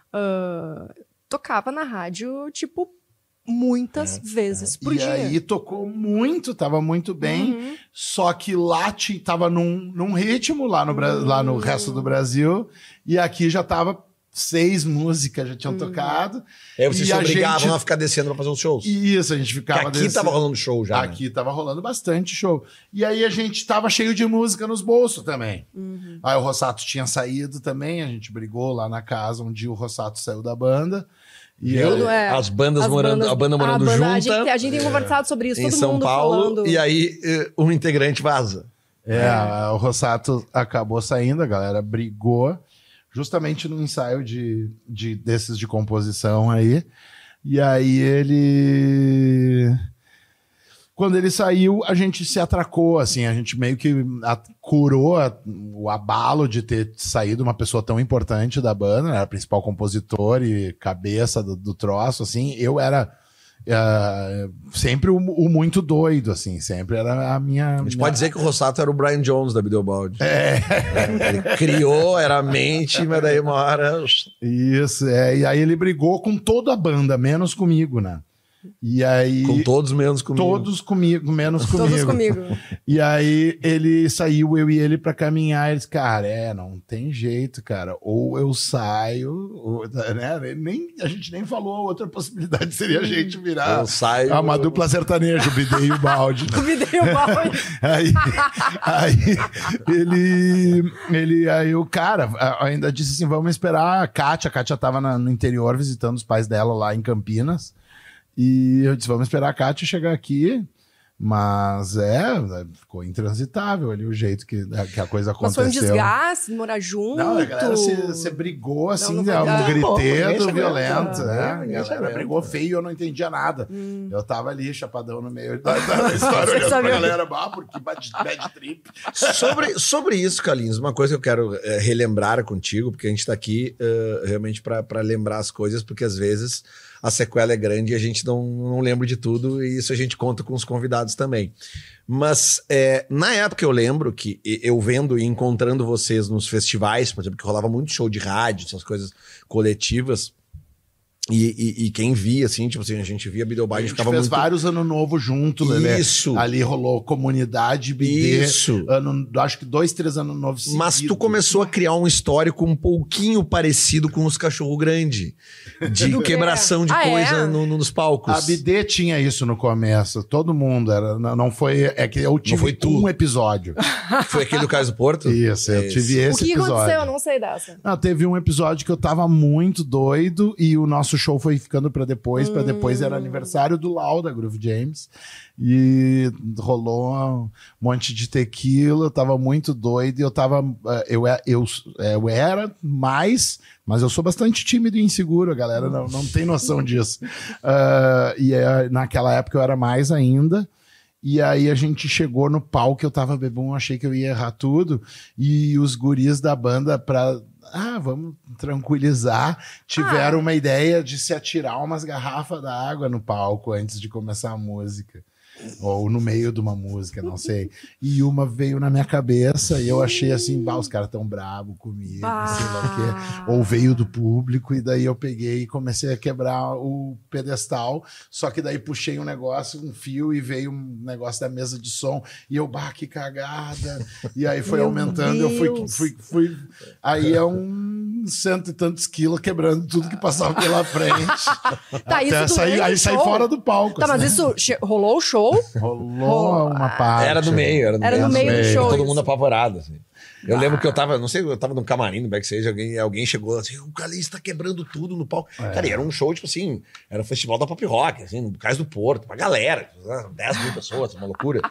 Speaker 2: tocava na rádio, tipo, muitas vezes por dia.
Speaker 3: E aí tocou muito, tava muito bem, só que lá tava num ritmo, lá no resto do Brasil, e aqui já tava 6 músicas já tinham tocado.
Speaker 1: Aí vocês se obrigavam a ficar descendo pra fazer os shows.
Speaker 3: Isso, a gente ficava
Speaker 1: descendo. Aqui tava rolando show já.
Speaker 3: Aqui tava rolando bastante show. E aí a gente tava cheio de música nos bolsos também. Aí o Rossato tinha saído também, a gente brigou lá na casa, um dia o Rossato saiu da banda. E
Speaker 1: a banda morando junta.
Speaker 2: A gente tem conversado sobre isso,
Speaker 1: em
Speaker 2: todo
Speaker 1: São
Speaker 2: mundo
Speaker 1: Paulo,
Speaker 2: falando.
Speaker 1: E aí um integrante vaza.
Speaker 3: O Rossato acabou saindo, a galera brigou. Justamente no ensaio desses de composição aí. E aí ele... quando ele saiu, a gente se atracou, assim, a gente meio que curou o abalo de ter saído uma pessoa tão importante da banda, né? Era principal compositor e cabeça do troço, assim. Eu era sempre o muito doido, assim, sempre era a minha...
Speaker 1: A gente pode dizer que o Rossato era o Brian Jones da Bideobaldi. Ele criou, era a mente, mas daí uma hora...
Speaker 3: Isso, e aí ele brigou com toda a banda, menos comigo, né? E aí...
Speaker 1: Com todos menos comigo.
Speaker 3: Todos comigo, menos comigo.
Speaker 2: Todos comigo.
Speaker 3: E aí ele saiu, eu e ele, pra caminhar. Eles, cara, não tem jeito, cara. Ou eu saio, ou, né? A gente nem falou a outra possibilidade, seria a gente virar
Speaker 1: eu saio,
Speaker 3: uma dupla sertaneja, o Bidê e o Balde.
Speaker 2: O Bidê e o Balde.
Speaker 3: Aí o cara ainda disse assim, vamos esperar a Kátia. A Kátia tava no interior visitando os pais dela lá em Campinas. E eu disse, vamos esperar a Kátia chegar aqui. Mas ficou intransitável ali o jeito que a coisa aconteceu.
Speaker 2: Mas foi um desgaste, morar junto.
Speaker 3: Não, a galera se brigou assim, um griteiro violento, né? A galera brigou feio, eu não entendia nada. Eu tava ali, chapadão no meio da história, olhando pra galera, porque bad trip.
Speaker 1: Sobre isso, Carlinhos, uma coisa que eu quero relembrar contigo, porque a gente tá aqui realmente pra lembrar as coisas, porque às vezes a sequela é grande e a gente não lembra de tudo, e isso a gente conta com os convidados também. Mas na época eu lembro que eu vendo e encontrando vocês nos festivais, por exemplo, que rolava muito show de rádio, essas coisas coletivas, e quem via, assim, tipo assim, a gente via Bideobaldi, a gente ficava
Speaker 3: fez
Speaker 1: muito...
Speaker 3: vários Ano Novo junto, né?
Speaker 1: Isso.
Speaker 3: Ali rolou Comunidade, Bidê.
Speaker 1: Isso.
Speaker 3: Acho que 2-3 Ano Novo seguidos.
Speaker 1: Mas tu começou a criar um histórico um pouquinho parecido com os Cachorro Grande. De quebração de coisa nos palcos.
Speaker 3: A Bidê tinha isso no começo. Todo mundo era. Não foi. É que eu tive um episódio.
Speaker 1: Foi aquele do Caio do Porto?
Speaker 3: Isso, eu tive esse episódio. O
Speaker 2: que aconteceu? Eu não sei dessa.
Speaker 3: Não, teve um episódio que eu tava muito doido e o nosso show foi ficando pra depois. Pra depois era aniversário do Lau, da Groove James. E rolou um monte de tequila, eu tava muito doido e eu tava... Eu era mais... Mas eu sou bastante tímido e inseguro, a galera não tem noção disso. Naquela época eu era mais ainda. E aí a gente chegou no palco, eu tava bebum, achei que eu ia errar tudo. E os guris da banda, vamos tranquilizar, tiveram uma ideia de se atirar umas garrafas d'água no palco antes de começar a música. Ou no meio de uma música, não sei. E uma veio na minha cabeça e eu achei assim, os caras tão bravos comigo, sei lá o quê. Ou veio do público e daí eu peguei e comecei a quebrar o pedestal, só que daí puxei um fio e veio um negócio da mesa de som e eu, que cagada. E aí foi aumentando, eu fui aí cento e tantos quilos quebrando tudo que passava pela frente. Até sair fora do palco.
Speaker 2: Tá, mas isso rolou o show?
Speaker 3: Rolou uma parte.
Speaker 1: Era no meio.
Speaker 2: Era no meio do show.
Speaker 1: Todo mundo apavorado, assim. Eu lembro que eu tava num camarim, no backstage, alguém chegou assim, o Carlinhos tá quebrando tudo no palco. Cara, e era um show, tipo assim, era um festival da pop rock, assim, no Cais do Porto, pra galera, 10 mil pessoas, uma loucura.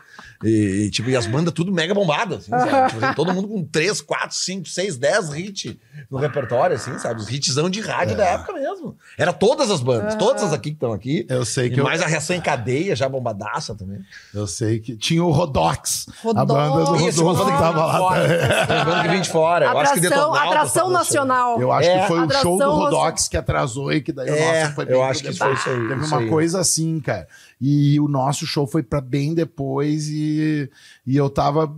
Speaker 1: E as bandas tudo mega bombadas, assim, sabe? Tipo assim, todo mundo com 3, 4, 5, 6, 10 hits no repertório, assim, sabe? Os hitzão de rádio da época mesmo. Era todas as bandas, todas as aqui que estão aqui.
Speaker 3: Eu sei que
Speaker 1: mais a Reação em Cadeia, já bombadaça também.
Speaker 3: Eu sei que tinha o Rodox. A banda do Rodox que tava lá.
Speaker 1: Lembrando que vim de fora.
Speaker 2: Atração nacional.
Speaker 3: Eu acho que foi o show do Rodox que atrasou e que daí o nosso foi bem.
Speaker 1: Eu acho que foi isso aí.
Speaker 3: Teve uma coisa assim, cara. E o nosso show foi pra bem depois e eu tava,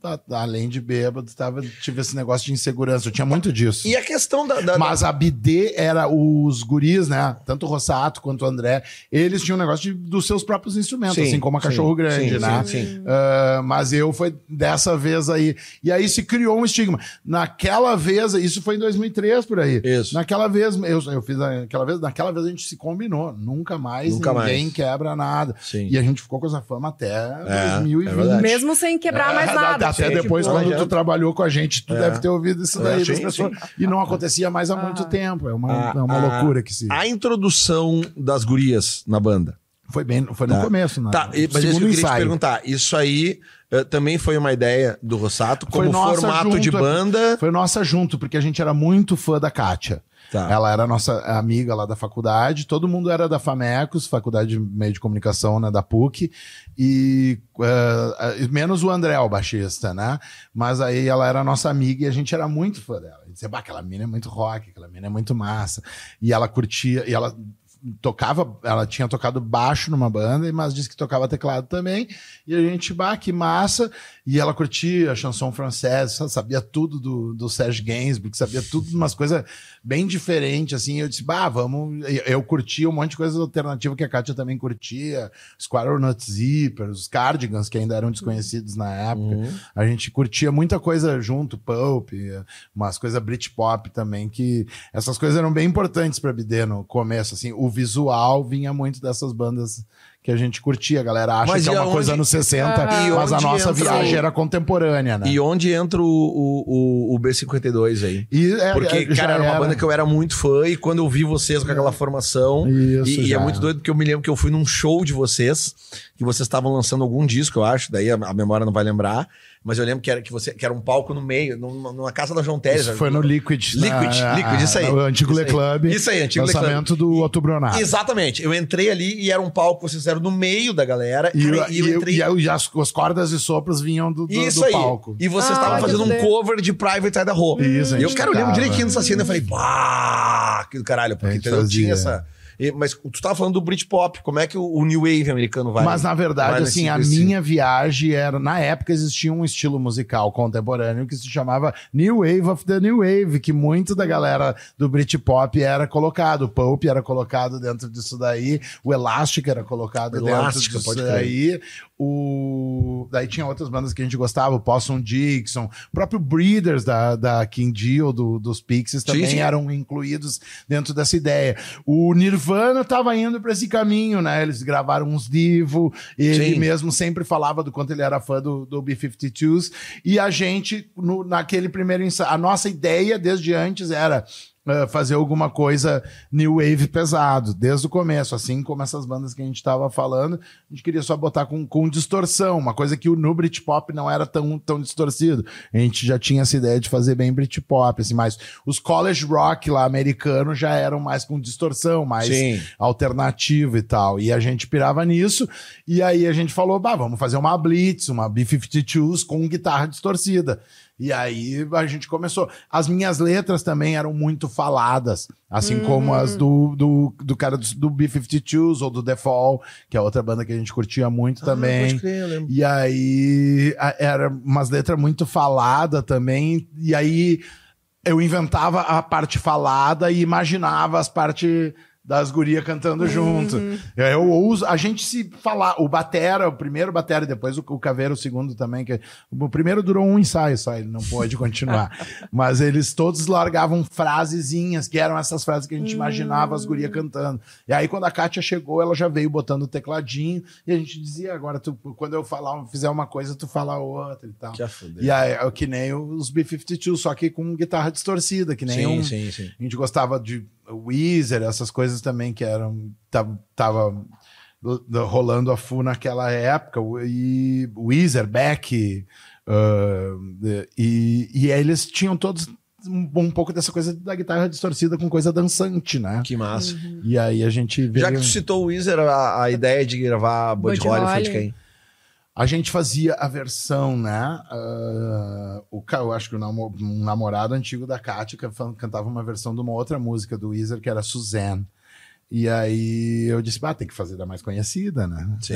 Speaker 3: além de bêbado, tive esse negócio de insegurança. Eu tinha muito disso.
Speaker 1: E a questão
Speaker 3: Mas a Bidê era os guris, né? Tanto o Rossato quanto o André, eles tinham um negócio dos seus próprios instrumentos, assim como a Cachorro Grande, né?
Speaker 1: Sim.
Speaker 3: Mas eu foi dessa vez aí. E aí se criou um estigma. Naquela vez, isso foi em 2003 por aí.
Speaker 1: Isso.
Speaker 3: Naquela vez, eu fiz naquela vez a gente se combinou. Nunca mais ninguém quebra nada.
Speaker 1: Sim.
Speaker 3: E a gente ficou com essa fama até 2020.
Speaker 2: Mesmo sem quebrar mais nada.
Speaker 3: Até depois, quando tu trabalhou com a gente, tu deve ter ouvido isso daí das pessoas. E não acontecia mais há muito tempo. É uma loucura que se...
Speaker 1: A introdução das gurias na banda.
Speaker 3: Foi no começo, né?
Speaker 1: Tá, mas isso que eu queria te perguntar. Isso aí também foi uma ideia do Rossato como formato de banda?
Speaker 3: Foi nossa junto, porque a gente era muito fã da Kátia.
Speaker 1: Tá.
Speaker 3: Ela era nossa amiga lá da faculdade, todo mundo era da Famecos, Faculdade de Meio de Comunicação, né, da PUC, e menos o André, o baixista, né? Mas aí ela era nossa amiga e a gente era muito fã dela. A gente dizia, aquela mina é muito rock, aquela mina é muito massa. E ela curtia, e ela tinha tocado baixo numa banda, mas disse que tocava teclado também, e a gente, que massa, e ela curtia a chanson francesa, sabia tudo do Serge Gainsbourg, sabia tudo, umas coisas bem diferentes, assim, eu disse, vamos, eu curtia um monte de coisa alternativa que a Kátia também curtia, Squirrel Nut Zipper, os Cardigans, que ainda eram desconhecidos na época, a gente curtia muita coisa junto, Pulp, umas coisas Britpop também, que essas coisas eram bem importantes pra BD no começo, assim, o visual vinha muito dessas bandas que a gente curtia. A galera acha que é uma coisa anos 60, mas a nossa viagem era contemporânea, né?
Speaker 1: E onde entra o B52 aí? Porque, cara, era uma banda que eu era muito fã, e quando eu vi vocês com aquela formação, e é muito doido, porque eu me lembro que eu fui num show de vocês, que vocês estavam lançando algum disco, eu acho, daí a memória não vai lembrar, mas eu lembro que era um palco no meio, numa casa da João Teles.
Speaker 3: Isso foi no Liquid.
Speaker 1: Liquid, isso aí.
Speaker 3: No antigo Le Club.
Speaker 1: Isso aí, antigo Le Club.
Speaker 3: Lançamento do Outubronato.
Speaker 1: Exatamente. Eu entrei ali e era um palco que vocês fizeram no meio da galera.
Speaker 3: E as cordas e sopros vinham do palco.
Speaker 1: E vocês estavam fazendo um cover de Private Idaho.
Speaker 3: Isso,
Speaker 1: e eu lembro direitinho dessa cena. Eu falei, que do caralho. Porque eu tinha essa... Mas tu tava falando do Britpop, como é que o New Wave americano vai?
Speaker 3: Mas na verdade, assim, a minha viagem era... Na época existia um estilo musical contemporâneo que se chamava New Wave of the New Wave, que muito da galera do Britpop era colocado. O Pulp era colocado dentro disso daí, o Elastic era colocado dentro disso daí. Daí tinha outras bandas que a gente gostava, o Possum Dixon, o próprio Breeders da King Deal, dos Pixies, também eram incluídos dentro dessa ideia. O Nirvana tava indo para esse caminho, né? Eles gravaram uns Divo, ele mesmo sempre falava do quanto ele era fã do B-52s, e a gente, naquele primeiro ensaio, a nossa ideia desde antes era fazer alguma coisa new wave pesado, desde o começo, assim como essas bandas que a gente tava falando, a gente queria só botar com distorção, uma coisa que no Britpop não era tão distorcido. A gente já tinha essa ideia de fazer bem Britpop, assim, mas os college rock lá americanos já eram mais com distorção, mais alternativo e tal, e a gente pirava nisso, e aí a gente falou, vamos fazer uma Blitz, uma B-52s com guitarra distorcida. E aí a gente começou. As minhas letras também eram muito faladas, assim como as do cara do B-52s ou do The Fall, que é outra banda que a gente curtia muito também.
Speaker 1: Pode crer, eu lembro.
Speaker 3: E aí era umas letras muito faladas também, e aí eu inventava a parte falada e imaginava as partes das gurias cantando junto. A gente se falar, o primeiro batera, e depois o Caveira, o segundo também, que o primeiro durou um ensaio só, ele não pôde continuar. Mas eles todos largavam frasezinhas, que eram essas frases que a gente imaginava as gurias cantando. E aí quando a Kátia chegou, ela já veio botando o tecladinho, e a gente dizia, agora quando eu fizer uma coisa, tu fala outra e tal. E aí, que nem os B-52, só que com guitarra distorcida, que nem a gente gostava de Weezer, essas coisas também que eram tava rolando a full naquela época, e Weezer, Beck, e eles tinham todos um pouco dessa coisa da guitarra distorcida com coisa dançante, né?
Speaker 1: Que massa.
Speaker 3: E aí a gente
Speaker 1: Já que tu citou o Weezer, a ideia de gravar Buddy Holly foi de quem?
Speaker 3: A gente fazia a versão, né? Eu acho que um namorado antigo da Kátia cantava uma versão de uma outra música do Weezer, que era Suzanne. E aí eu disse, tem que fazer da mais conhecida, né?
Speaker 1: Sim.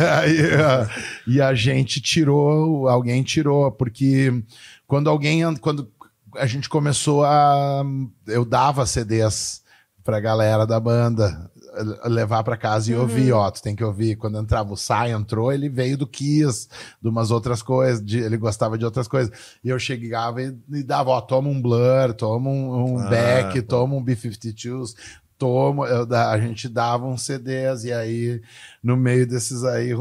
Speaker 3: E a gente alguém tirou, porque quando a gente começou eu dava CDs pra galera da banda levar pra casa e ouvir, tu tem que ouvir. Quando entrava o Psy, ele veio do Kiss, de umas outras coisas, ele gostava de outras coisas. E eu chegava e dava, toma um Blur, toma um Beck, toma um B-52s, a gente dava uns CDs, e aí no meio desses aí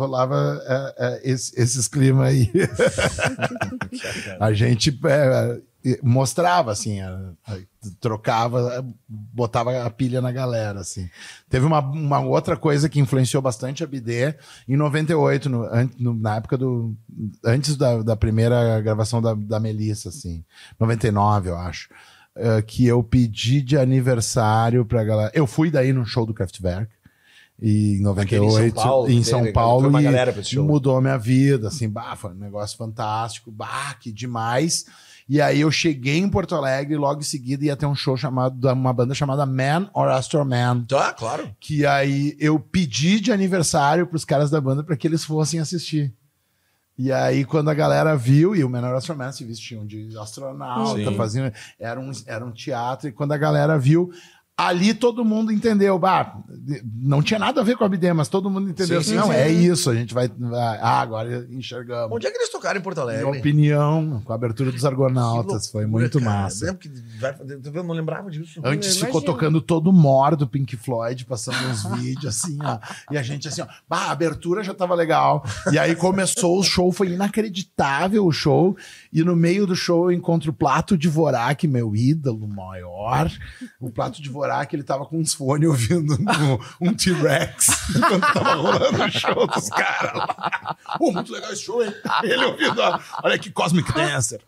Speaker 3: rolava esses climas aí. A gente mostrava, assim, trocava, botava a pilha na galera, assim. Teve uma outra coisa que influenciou bastante a BD, em 98, na época antes da primeira gravação da Melissa, assim, 99, eu acho, que eu pedi de aniversário pra galera. Eu fui daí no show do Kraftwerk, e em 98, em São Paulo, e mudou a minha vida, assim, foi um negócio fantástico, que demais. E aí eu cheguei em Porto Alegre e logo em seguida ia ter um show uma banda chamada Man or Astro Man.
Speaker 1: Tá, claro.
Speaker 3: Que aí eu pedi de aniversário pros caras da banda para que eles fossem assistir. E aí quando a galera viu, e o Man or Astro Man se vestiam de astronauta, faziam, era um teatro, e quando a galera viu, ali todo mundo entendeu, não tinha nada a ver com a BD, mas todo mundo entendeu é isso, a gente vai agora enxergamos.
Speaker 1: Onde é que eles tocaram em Porto Alegre?
Speaker 3: Minha opinião, com a abertura dos Argonautas, foi muito massa.
Speaker 1: Eu não lembrava disso.
Speaker 3: Antes ficou tocando Todo More do Pink Floyd, passando uns vídeos assim, ó, e a gente assim, ó, a abertura já tava legal, e aí começou o show, foi inacreditável o show, e no meio do show eu encontro o Plato Dvorak, meu ídolo maior, o Plato Dvorak, que ele tava com uns fones ouvindo um T-Rex enquanto tava rolando o show dos caras lá. Muito legal esse show, hein? Ele ouvindo, olha aqui, Cosmic Dancer.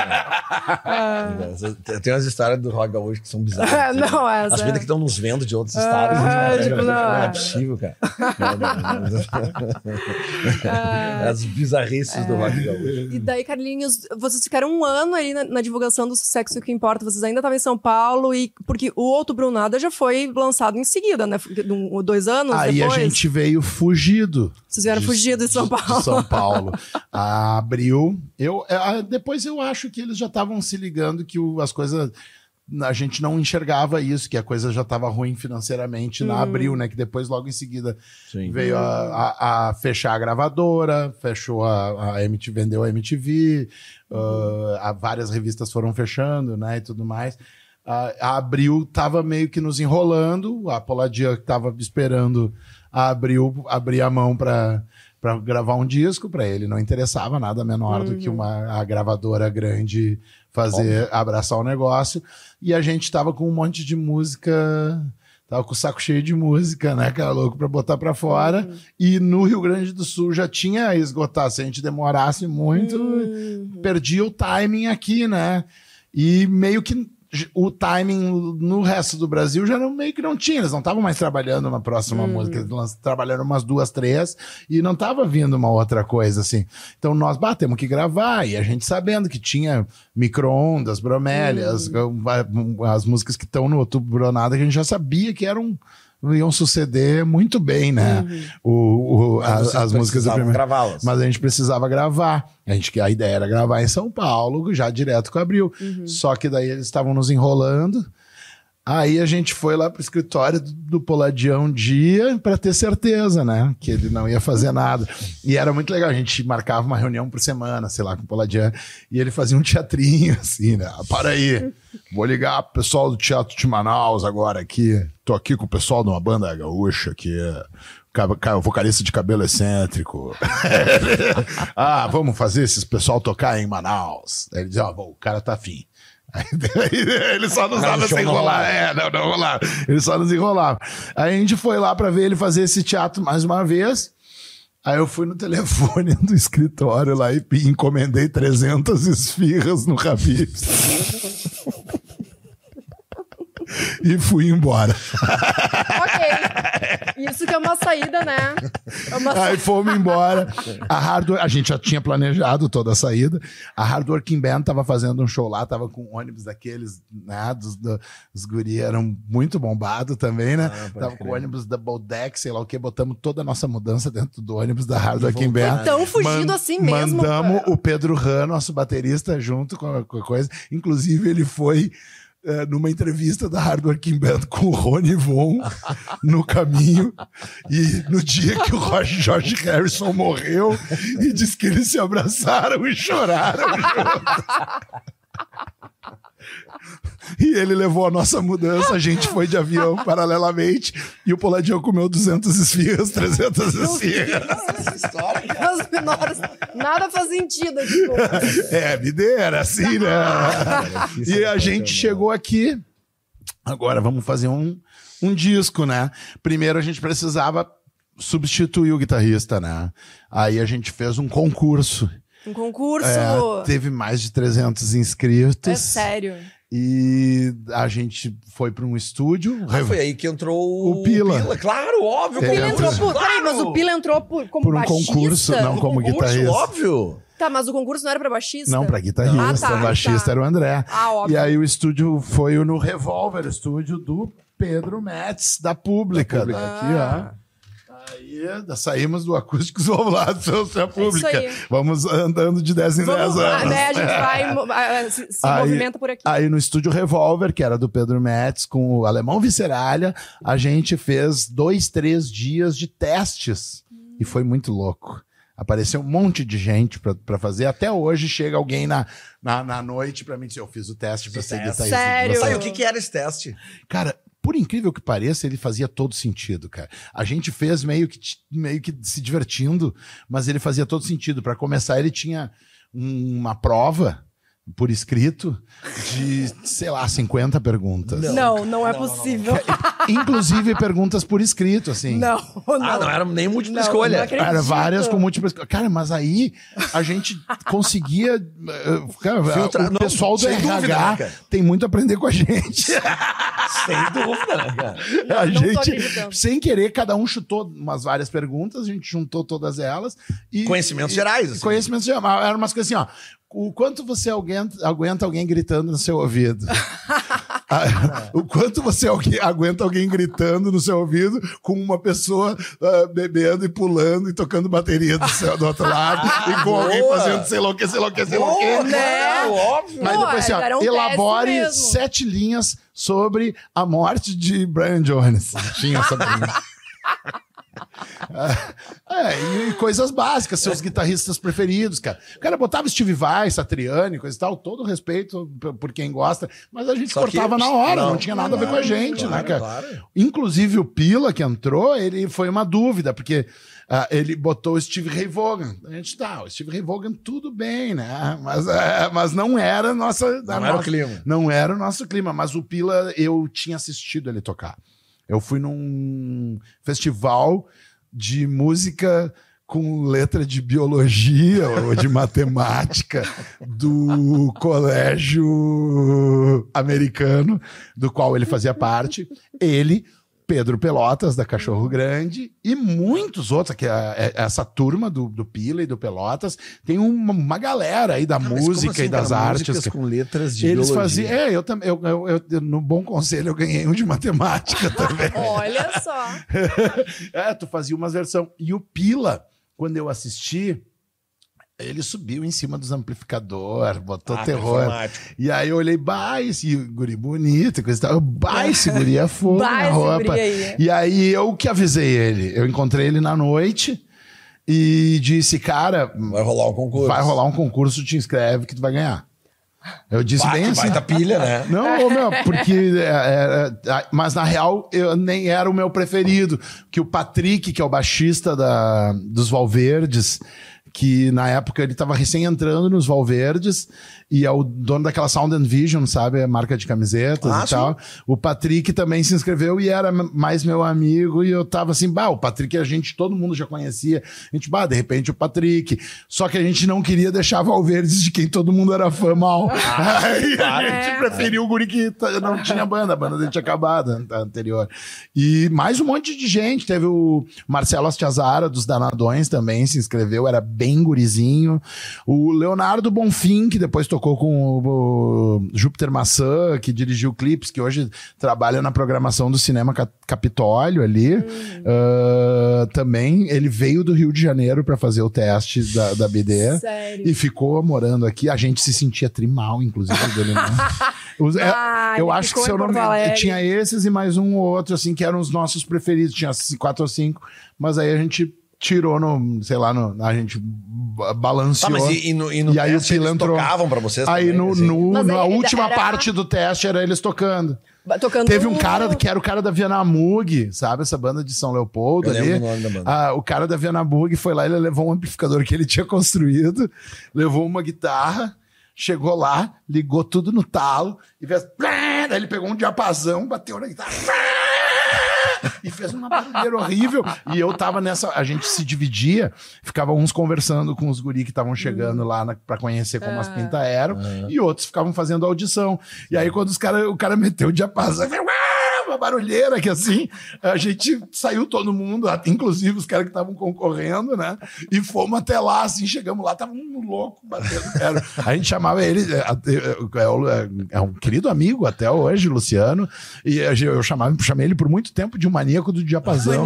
Speaker 1: Tem umas histórias do rock gaúcho que são bizarras. As vidas que estão nos vendo de outros estados. Não é possível, cara. As bizarrices do rock gaúcho.
Speaker 2: E daí, Carlinhos, vocês ficaram um ano aí na divulgação do Sexo Que Importa. Vocês ainda estavam em São Paulo, porque o Outro Brunada já foi lançado em seguida, né? 2 anos
Speaker 3: aí
Speaker 2: depois.
Speaker 3: Aí a gente veio fugido.
Speaker 2: Vocês vieram fugido de São Paulo.
Speaker 3: De São Paulo. Abril. Depois eu acho que eles já estavam se ligando que as coisas... A gente não enxergava isso, que a coisa já estava ruim financeiramente na Abril, né? Que depois, logo em seguida, veio a fechar a gravadora, fechou a MTV, vendeu a MTV, várias revistas foram fechando, né? E tudo mais. A Abril estava meio que nos enrolando, a Poladia estava esperando a Abril abrir a mão para gravar um disco, para ele não interessava nada menor do que a gravadora grande abraçar o negócio, e a gente tava com um monte de música, tava com o saco cheio de música, né, cara, louco pra botar pra fora, e no Rio Grande do Sul já tinha a esgotar, se a gente demorasse muito, perdia o timing aqui, né, e meio que o timing no resto do Brasil já meio que não tinha, eles não estavam mais trabalhando na próxima música, eles trabalharam umas 2, 3 e não estava vindo uma outra coisa assim. Então nós temos que gravar, e a gente sabendo que tinha Micro-ondas, Bromélias, as músicas que estão no Outubro Brunada, que a gente já sabia que iam suceder muito bem, né? As músicas da primeira.
Speaker 1: Gravá-las.
Speaker 3: Mas a gente precisava gravar. A ideia era gravar em São Paulo, já direto com a Abril. Só que daí eles estavam nos enrolando. Aí a gente foi lá pro escritório do Poladião um dia para ter certeza, né? Que ele não ia fazer nada. E era muito legal. A gente marcava uma reunião por semana, sei lá, com o Poladião. E ele fazia um teatrinho, assim, né? Para aí. Vou ligar pro pessoal do Teatro de Manaus agora aqui. Tô aqui com o pessoal de uma banda gaúcha que o vocalista de cabelo excêntrico. Vamos fazer esses pessoal tocar em Manaus. Aí ele dizia, o cara tá afim. Aí, ele só nos dava sem enrolar. Não rolava. Ele só nos enrolava. Aí a gente foi lá pra ver ele fazer esse teatro mais uma vez. Aí eu fui no telefone do escritório lá e encomendei 300 esfirras no Habib's. E fui embora.
Speaker 2: Ok. Isso que é uma saída, né?
Speaker 3: Aí fomos embora. A gente já tinha planejado toda a saída. A Hard Working Band tava fazendo um show lá, tava com ônibus daqueles, né? Os guri eram muito bombados também, né? Tava com o ônibus Double Deck, sei lá o que. Botamos toda a nossa mudança dentro do ônibus da Hard Working Band.
Speaker 2: Então, fugindo assim mesmo.
Speaker 3: Mandamos o Pedro Ran, nosso baterista, junto com a coisa. Inclusive, ele foi numa entrevista da Hard Working Band com o Rony Von no caminho, e no dia que o George Harrison morreu, e diz que eles se abraçaram e choraram juntos. E ele levou a nossa mudança, a gente foi de avião paralelamente, e o Poladião comeu 200 esfirras, 300 esfirras.
Speaker 1: Essa história,
Speaker 2: As Nada faz sentido. Tipo.
Speaker 3: Bideira, assim, né? E a gente chegou aqui. Agora vamos fazer um disco, né? Primeiro a gente precisava substituir o guitarrista, né? Aí a gente fez um concurso.
Speaker 2: Um concurso?
Speaker 3: Teve mais de 300 inscritos.
Speaker 2: É sério.
Speaker 3: E a gente foi para um estúdio.
Speaker 1: Foi aí que entrou
Speaker 3: o Pila.
Speaker 1: Claro, óbvio.
Speaker 2: O Pila entrou por...
Speaker 1: Claro.
Speaker 2: Peraí, mas o Pila entrou como baixista?
Speaker 3: Concurso, não como guitarrista.
Speaker 1: Óbvio.
Speaker 2: Tá, mas o concurso não era pra baixista?
Speaker 3: Não, pra guitarrista. O baixista era o André.
Speaker 2: Óbvio.
Speaker 3: E aí o estúdio foi no Revolver, o estúdio do Pedro Metz, da Pública. Aqui, ó. Aí saímos do Acústicos, vamos lá da Pública. Vamos andando de 10 em 10 anos.
Speaker 2: A gente vai, se movimenta por aqui.
Speaker 3: Aí no estúdio Revolver, que era do Pedro Metz, com o Alemão Visceralha, a gente fez 2, 3 dias de testes. E foi muito louco. Apareceu um monte de gente pra fazer. Até hoje chega alguém na noite pra mim dizer, eu fiz o teste pra ser guitarrista.
Speaker 2: Sério?
Speaker 1: Sabe o que era esse teste?
Speaker 3: Cara, por incrível que pareça, ele fazia todo sentido, cara. A gente fez meio que se divertindo, mas ele fazia todo sentido. Para começar, ele tinha uma prova por escrito de, sei lá, 50 perguntas.
Speaker 2: Não é possível.
Speaker 3: Inclusive perguntas por escrito, assim.
Speaker 2: Não.
Speaker 1: Não era nem múltipla escolha.
Speaker 3: Era várias com múltipla escolha. Cara, mas aí a gente conseguia... Cara,
Speaker 1: filtrar.
Speaker 3: O pessoal do RH dúvida, tem muito a aprender com a gente.
Speaker 1: Sem dúvida, né, cara?
Speaker 3: A gente, sem querer, cada um chutou umas várias perguntas, a gente juntou todas elas.
Speaker 1: Conhecimentos gerais. Assim.
Speaker 3: Conhecimentos gerais. Eram umas coisas assim, ó. O quanto você aguenta alguém gritando no seu ouvido? O quanto você aguenta alguém gritando no seu ouvido com uma pessoa bebendo e pulando e tocando bateria do outro lado e com alguém fazendo sei lá o que.
Speaker 2: Né?
Speaker 1: Óbvio.
Speaker 3: Mas depois assim, ó, elabore 7 linhas sobre a morte de Brian Jones. Tinha essa e coisas básicas, seus guitarristas preferidos, cara. O cara botava Steve Vai, Satriani, coisa e tal, todo respeito por quem gosta, mas a gente cortava na hora, não tinha nada a ver com a gente, né, cara? Claro. Inclusive o Pila que entrou, ele foi uma dúvida, porque ele botou o Steve Ray Vaughan. A gente o Steve Ray Vaughan tudo bem, né? Mas não era era o clima. Não era o nosso clima, mas o Pila eu tinha assistido ele tocar. Eu fui num festival de música com letra de biologia ou de matemática do colégio americano, do qual ele fazia parte. Ele, Pedro Pelotas, da Cachorro Grande, e muitos outros, que essa turma do Pila e do Pelotas, tem uma galera aí da música assim, e das artes.
Speaker 1: Com letras de
Speaker 3: eles
Speaker 1: biologia.
Speaker 3: faziam. Eu também, no Bom Conselho, eu ganhei um de matemática também.
Speaker 2: Olha só.
Speaker 3: Tu fazia umas versões. E o Pila, quando eu assisti, ele subiu em cima dos amplificadores, botou terror. E aí eu olhei, esse guri bonito, coisa e tal. Esse guri é fogo na roupa. E aí eu que avisei ele. Eu encontrei ele na noite e disse, cara...
Speaker 1: Vai rolar um concurso.
Speaker 3: Te inscreve que tu vai ganhar. Eu disse bem assim.
Speaker 1: Baita pilha, né?
Speaker 3: Não, porque... mas na real, eu nem era o meu preferido. Que o Patrick, que é o baixista dos Valverdes... que na época ele estava recém entrando nos Valverdes e é o dono daquela Sound and Vision, sabe? A marca de camisetas e tal. O Patrick também se inscreveu e era mais meu amigo e eu tava assim, o Patrick todo mundo já conhecia. A gente, de repente o Patrick. Só que a gente não queria deixar Valverdes de quem todo mundo era fã mal. Aí a gente preferiu o guri que não tinha banda. A banda dele tinha acabado a anterior. E mais um monte de gente. Teve o Marcelo Astiazara, dos Danadões, também se inscreveu. Era bem gurizinho. O Leonardo Bonfim, que depois tocou com o Júpiter Maçã, que dirigiu clipes, que hoje trabalha na programação do Cinema Capitólio ali. Também, ele veio do Rio de Janeiro para fazer o teste da BD.
Speaker 2: Sério?
Speaker 3: E ficou morando aqui. A gente se sentia trimal, inclusive, dele. Né? Eu acho que, se eu não me engano, tinha esses e mais um ou outro, assim, que eram os nossos preferidos. Tinha 4 ou 5, mas aí a gente tirou a gente balanceou.
Speaker 1: Mas e aí o Pila entrou. Tocavam pra vocês
Speaker 3: aí
Speaker 1: também,
Speaker 3: na última parte do teste era eles tocando.
Speaker 2: Tocando
Speaker 3: Teve um cara que era o cara da Viana Mug, sabe? Essa banda de São Leopoldo ali.
Speaker 1: O nome da banda.
Speaker 3: O cara da Viana Mug foi lá, ele levou um amplificador que ele tinha construído, levou uma guitarra, chegou lá, ligou tudo no talo e fez... Daí ele pegou um diapasão, bateu na guitarra... E fez uma barulheira horrível. E eu tava nessa... A gente se dividia, ficava uns conversando com os guri que estavam chegando lá pra conhecer como as pintas eram, e outros ficavam fazendo audição. E aí, quando o cara meteu o diapasão, uma barulheira que assim, a gente saiu todo mundo, inclusive os caras que estavam concorrendo, né? E fomos até lá, assim, chegamos lá, tava um louco batendo. A gente chamava ele, é um querido amigo até hoje, Luciano, e eu chamei ele por muito tempo de um maníaco do diapasão.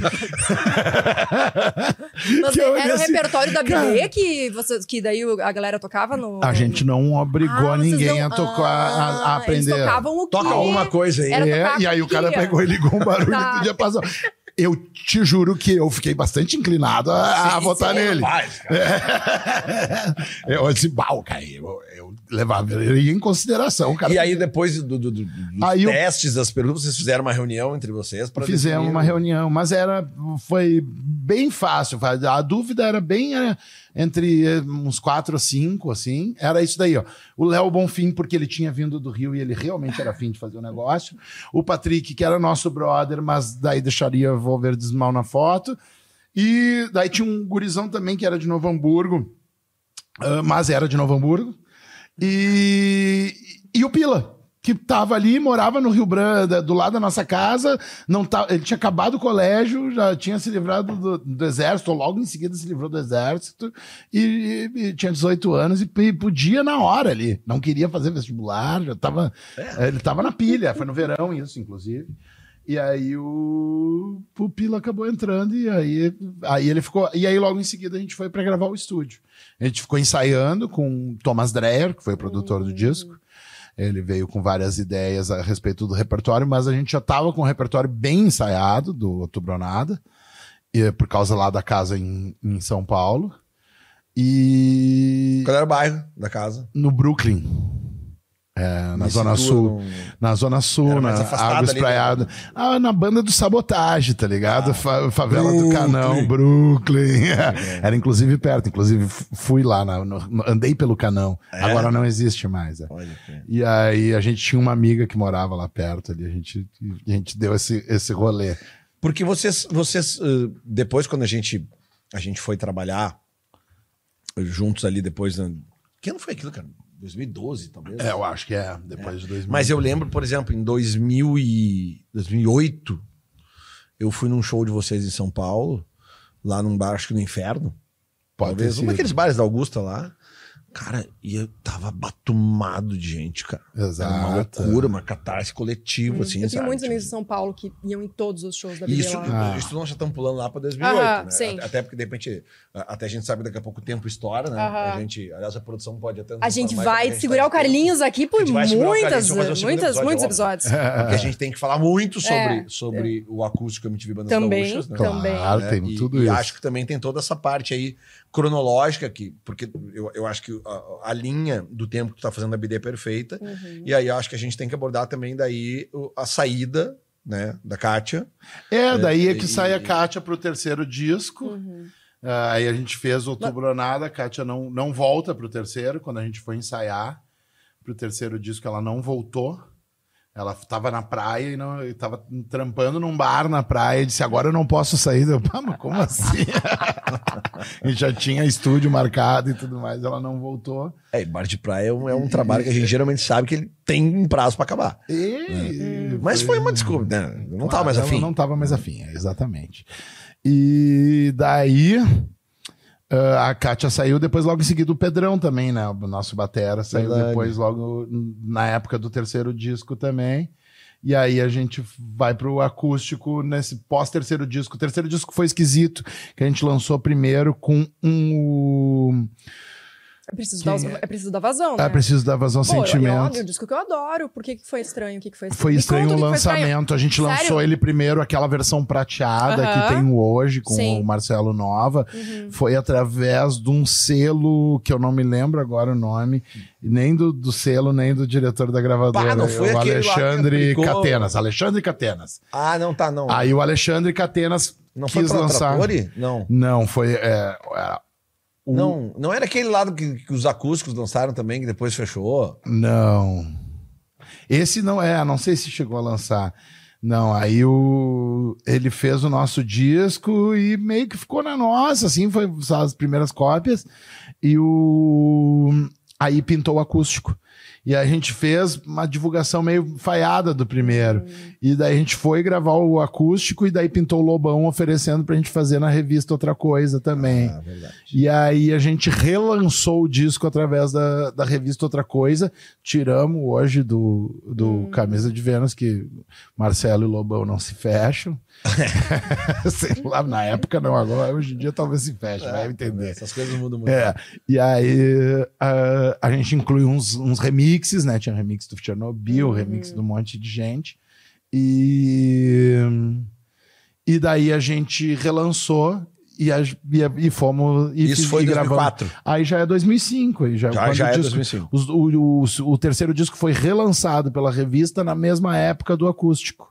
Speaker 2: Mas era o repertório da BD que daí a galera tocava no...
Speaker 3: A gente não obrigou ninguém a tocar, a aprender.
Speaker 2: Eles tocavam o quê?
Speaker 1: Toca alguma coisa aí.
Speaker 3: E aí o cara pegou e ligou um barulho do diapasão. Eu te juro que eu fiquei bastante inclinado a votar nele. Eu disse, cara, eu levava ele em consideração. Cara.
Speaker 1: E aí, depois dos testes, das perguntas, vocês fizeram uma reunião entre vocês?
Speaker 3: Fizemos uma reunião, mas foi bem fácil. A dúvida era bem entre uns 4 ou 5, assim. Era isso daí, ó. O Léo Bonfim, porque ele tinha vindo do Rio e ele realmente era afim de fazer o negócio. O Patrick, que era nosso brother, mas daí deixaria Vou Verdes mal na foto. E daí tinha um gurizão também que era de Novo Hamburgo, mas era de Novo Hamburgo. E o Pila, que tava ali, morava no Rio Branco, do lado da nossa casa, ele tinha acabado o colégio, já tinha se livrado do exército, ou logo em seguida se livrou do exército, e tinha 18 anos e podia na hora ali. Não queria fazer vestibular, já tava... Ele tava na pilha, foi no verão isso, inclusive. E aí o Pila acabou entrando e aí ele ficou... E aí logo em seguida a gente foi para gravar o estúdio. A gente ficou ensaiando com Thomas Dreyer, que foi o produtor do disco. Ele veio com várias ideias a respeito do repertório, mas a gente já estava com um repertório bem ensaiado do Outubro Nada, por causa lá da casa em São Paulo.
Speaker 1: Qual era o bairro da casa?
Speaker 3: No Brooklyn. Na Zona Sul. Na Zona Sul, na Água Espraiada. Na banda do Sabotagem, tá ligado? Favela Brooklyn. Do Canão, Brooklyn. Era inclusive perto. Inclusive fui lá, andei pelo Canão. Agora não existe mais. E aí a gente tinha uma amiga que morava lá perto ali. A gente deu esse rolê.
Speaker 1: Porque vocês depois, quando a gente foi trabalhar juntos ali depois... Que ano foi aquilo, cara? 2012, talvez?
Speaker 3: Eu acho que depois de 2000.
Speaker 1: Mas eu lembro, por exemplo, em 2008, eu fui num show de vocês em São Paulo, lá num bar, acho que no Inferno. Talvez um daqueles bares da Augusta lá. Cara, e eu tava batumado de gente, cara.
Speaker 3: Exato.
Speaker 1: Era uma loucura, uma catarse coletiva, assim,
Speaker 2: eu tenho
Speaker 1: sabe?
Speaker 2: muitos amigos de São Paulo que iam em todos os shows da BD lá.
Speaker 1: Isso nós já estamos pulando lá pra 2008, né?
Speaker 2: Sim.
Speaker 1: Até porque, de repente, até a gente sabe daqui a pouco o tempo estoura, né? Aliás, a produção pode até...
Speaker 2: A gente vai segurar o Carlinhos aqui por muitos episódios.
Speaker 1: Porque a gente tem que falar muito sobre o acústico MTV Bandas Gaúchas, né?
Speaker 2: Também.
Speaker 3: Claro, tem tudo isso.
Speaker 1: E acho que também tem toda essa parte aí cronológica, porque eu acho que a linha do tempo que tu tá fazendo a BD é perfeita. E aí eu acho que a gente tem que abordar também daí a saída, né, da Kátia.
Speaker 3: Daí é que sai a Kátia pro terceiro disco. Aí a gente fez Outubro Nada, a Kátia não volta pro terceiro. Quando a gente foi ensaiar pro terceiro disco, ela não voltou. Ela tava na praia e tava trampando num bar na praia e disse, agora eu não posso sair. Eu, mas como assim? A gente já tinha estúdio marcado e tudo mais, ela não voltou.
Speaker 1: Bar de praia é um trabalho que a gente geralmente sabe que ele tem um prazo pra acabar. Mas foi uma desculpa, né? Não tava mais afim.
Speaker 3: Não tava mais afim, exatamente. E daí... a Kátia saiu, depois logo em seguida o Pedrão também, né? O nosso batera saiu depois, logo na época do terceiro disco também. E aí a gente vai pro acústico nesse pós-terceiro disco. O terceiro disco foi esquisito, que a gente lançou primeiro com
Speaker 2: É preciso dar vazão, né?
Speaker 3: É preciso dar vazão, sentimento.
Speaker 2: É um disco que eu adoro. Por que foi estranho? O que foi estranho?
Speaker 3: Foi estranho o lançamento. A gente lançou ele primeiro, aquela versão prateada que tem hoje, com o Marcelo Nova. Foi através de um selo, que eu não me lembro agora o nome, nem do selo, nem do diretor da gravadora.
Speaker 1: Não foi
Speaker 3: o Alexandre Catenas.
Speaker 1: Alexandre Catenas. Ah, não tá, não.
Speaker 3: Aí o Alexandre Catenas quis lançar.
Speaker 1: Não.
Speaker 3: Não, foi...
Speaker 1: Não era aquele lado que os acústicos lançaram também, que depois fechou?
Speaker 3: Não. Esse não sei se chegou a lançar. Não, aí ele fez o nosso disco e meio que ficou na nossa, assim, foi as primeiras cópias. E aí pintou o acústico. E a gente fez uma divulgação meio falhada do primeiro. E daí a gente foi gravar o acústico e daí pintou o Lobão oferecendo pra gente fazer na revista outra coisa também.
Speaker 1: Verdade.
Speaker 3: E aí a gente relançou o disco através da revista Outra Coisa. Tiramos hoje do Camisa de Vênus, que Marcelo e Lobão não se fecham. Sei lá, na época não, agora hoje em dia talvez se feche, vai entender.
Speaker 1: Essas coisas mudam muito.
Speaker 3: E aí a gente inclui uns remixes, né? Tinha remix do Chernobyl, remix de um monte de gente. E daí a gente relançou e fomos...
Speaker 1: Isso foi em 2004.
Speaker 3: Aí já é 2005. Aí já
Speaker 1: é 2005.
Speaker 3: O terceiro disco foi relançado pela revista na mesma época do acústico.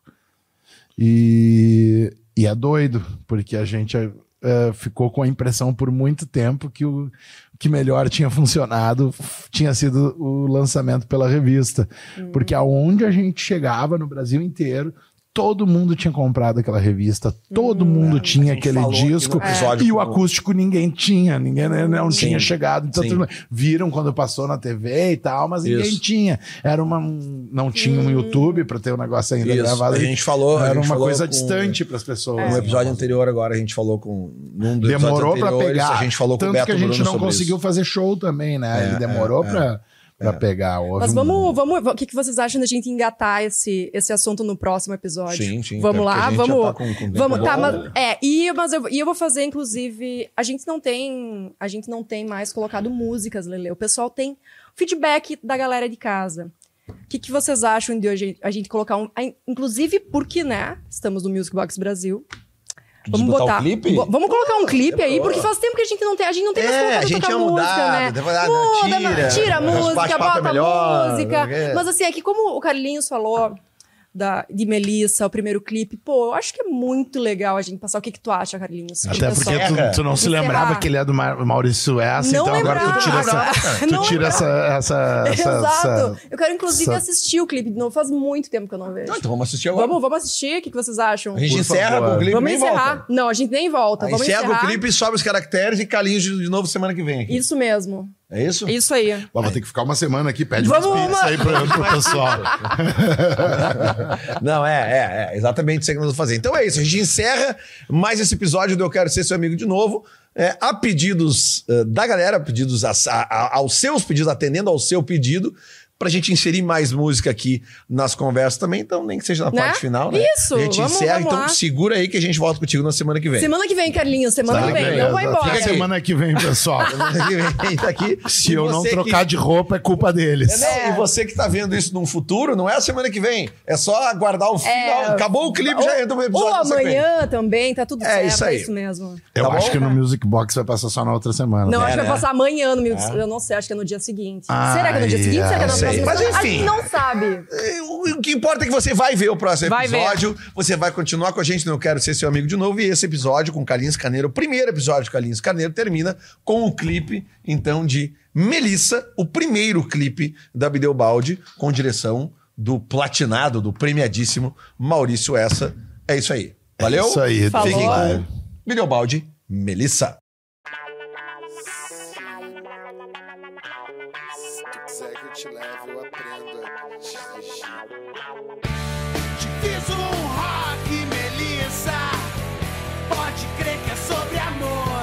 Speaker 3: E é doido, porque a gente ficou com a impressão por muito tempo que o que melhor tinha funcionado tinha sido o lançamento pela revista. Porque aonde a gente chegava no Brasil inteiro, todo mundo tinha comprado aquela revista, todo mundo tinha aquele disco, e o acústico ninguém tinha tinha chegado. Então, viram quando passou na TV e tal, mas ninguém tinha. Não tinha um YouTube para ter um negócio ainda gravado.
Speaker 1: A gente falou.
Speaker 3: Era uma coisa distante para as pessoas.
Speaker 1: No episódio anterior, agora, a gente falou com.
Speaker 3: Demorou para pegar.
Speaker 1: A gente falou
Speaker 3: tanto
Speaker 1: com o Beto
Speaker 3: que a gente
Speaker 1: Bruno
Speaker 3: não conseguiu fazer show também, né? Ele demorou para pegar.
Speaker 2: Mas vamos. O que vocês acham da gente engatar esse assunto no próximo episódio?
Speaker 1: Sim.
Speaker 2: Vamos lá, vamos.
Speaker 1: Já tá
Speaker 2: vamos, tá, mas eu vou fazer, inclusive. A gente não tem mais colocado músicas, Lele. O pessoal tem feedback da galera de casa. O que vocês acham de a gente colocar inclusive porque, né? Estamos no Music Box Brasil. Vamos botar um clipe? Vamos colocar um clipe aí, porque faz tempo que a gente não tem mais
Speaker 1: a gente tinha mudado,
Speaker 2: né? Tira a música, bota a música. Mas assim, é que como o Carlinhos falou de Melissa, o primeiro clipe, eu acho que é muito legal a gente passar. O que tu acha, Carlinhos?
Speaker 3: Até porque tu não se lembrava que ele é do Maurício S, então agora tu tira essa...
Speaker 2: Exato. Eu quero, inclusive, assistir o clipe de novo. Faz muito tempo que eu não vejo.
Speaker 1: Então vamos assistir agora.
Speaker 2: Vamos assistir? O que vocês acham?
Speaker 1: A gente encerra com o clipe.
Speaker 2: Vamos encerrar. Não, a gente nem volta. Vamos
Speaker 1: encerra o clipe, sobe os caracteres e Carlinhos de novo semana que vem aqui.
Speaker 2: Isso mesmo.
Speaker 1: É isso?
Speaker 2: Isso aí.
Speaker 3: Vamos ter que ficar uma semana aqui, pede umas pizzas aí pro pessoal.
Speaker 1: Não, é exatamente isso que nós vamos fazer. Então é isso, a gente encerra mais esse episódio do Eu Quero Ser Seu Amigo de Novo. A pedidos da galera, pedidos aos seus pedidos, atendendo ao seu pedido, pra gente inserir mais música aqui nas conversas também, então nem que seja na parte final, né?
Speaker 2: Isso,
Speaker 1: a gente encerra, então segura aí que a gente volta contigo na semana que vem.
Speaker 2: Semana que vem, Carlinhos, semana que vem, não vai embora.
Speaker 3: Fica semana que vem, pessoal.
Speaker 1: Semana que vem, tá aqui.
Speaker 3: Se eu não trocar de roupa, é culpa deles.
Speaker 1: E você que tá vendo isso num futuro, não é a semana que vem, é só aguardar o final. Acabou o clipe, já entra o episódio.
Speaker 2: Ou amanhã também, tá tudo certo,
Speaker 1: isso aí.
Speaker 2: É isso mesmo.
Speaker 3: Eu acho que no Music Box vai passar só na outra semana.
Speaker 2: Não, acho que vai passar amanhã no Music Box. Eu não sei, acho que é no dia seguinte. Será que é no dia seguinte? Será que é na próxima?
Speaker 1: Mas enfim.
Speaker 2: Não sabe.
Speaker 1: O que importa é que você vai ver o próximo episódio. Você vai continuar com a gente no Eu Quero Ser Seu Amigo de Novo. E esse episódio com Carlinhos Carneiro, o primeiro episódio de Carlinhos Carneiro, termina com o clipe, então, de Melissa, o primeiro clipe da Bideobaldi, com direção do platinado, do premiadíssimo Maurício Essa. É isso aí. Valeu?
Speaker 3: Isso aí.
Speaker 1: Fiquem com Bideobaldi, Melissa.
Speaker 4: Te levo, eu aprendo a dirigir.
Speaker 5: Te fiz um rock, Melissa. Pode crer que é sobre amor.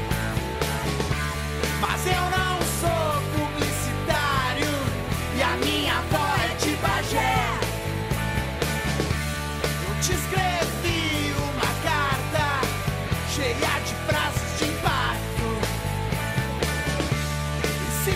Speaker 5: Mas eu não sou publicitário e a minha avó é de Bagé. Eu te escrevi uma carta cheia de frases de impacto. E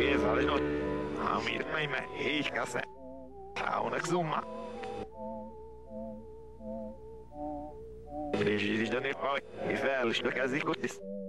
Speaker 6: Pesadas no... Hamir Maime Heiskase. Taunak Zuma. Regis de Nepal e velhos do Casicutes.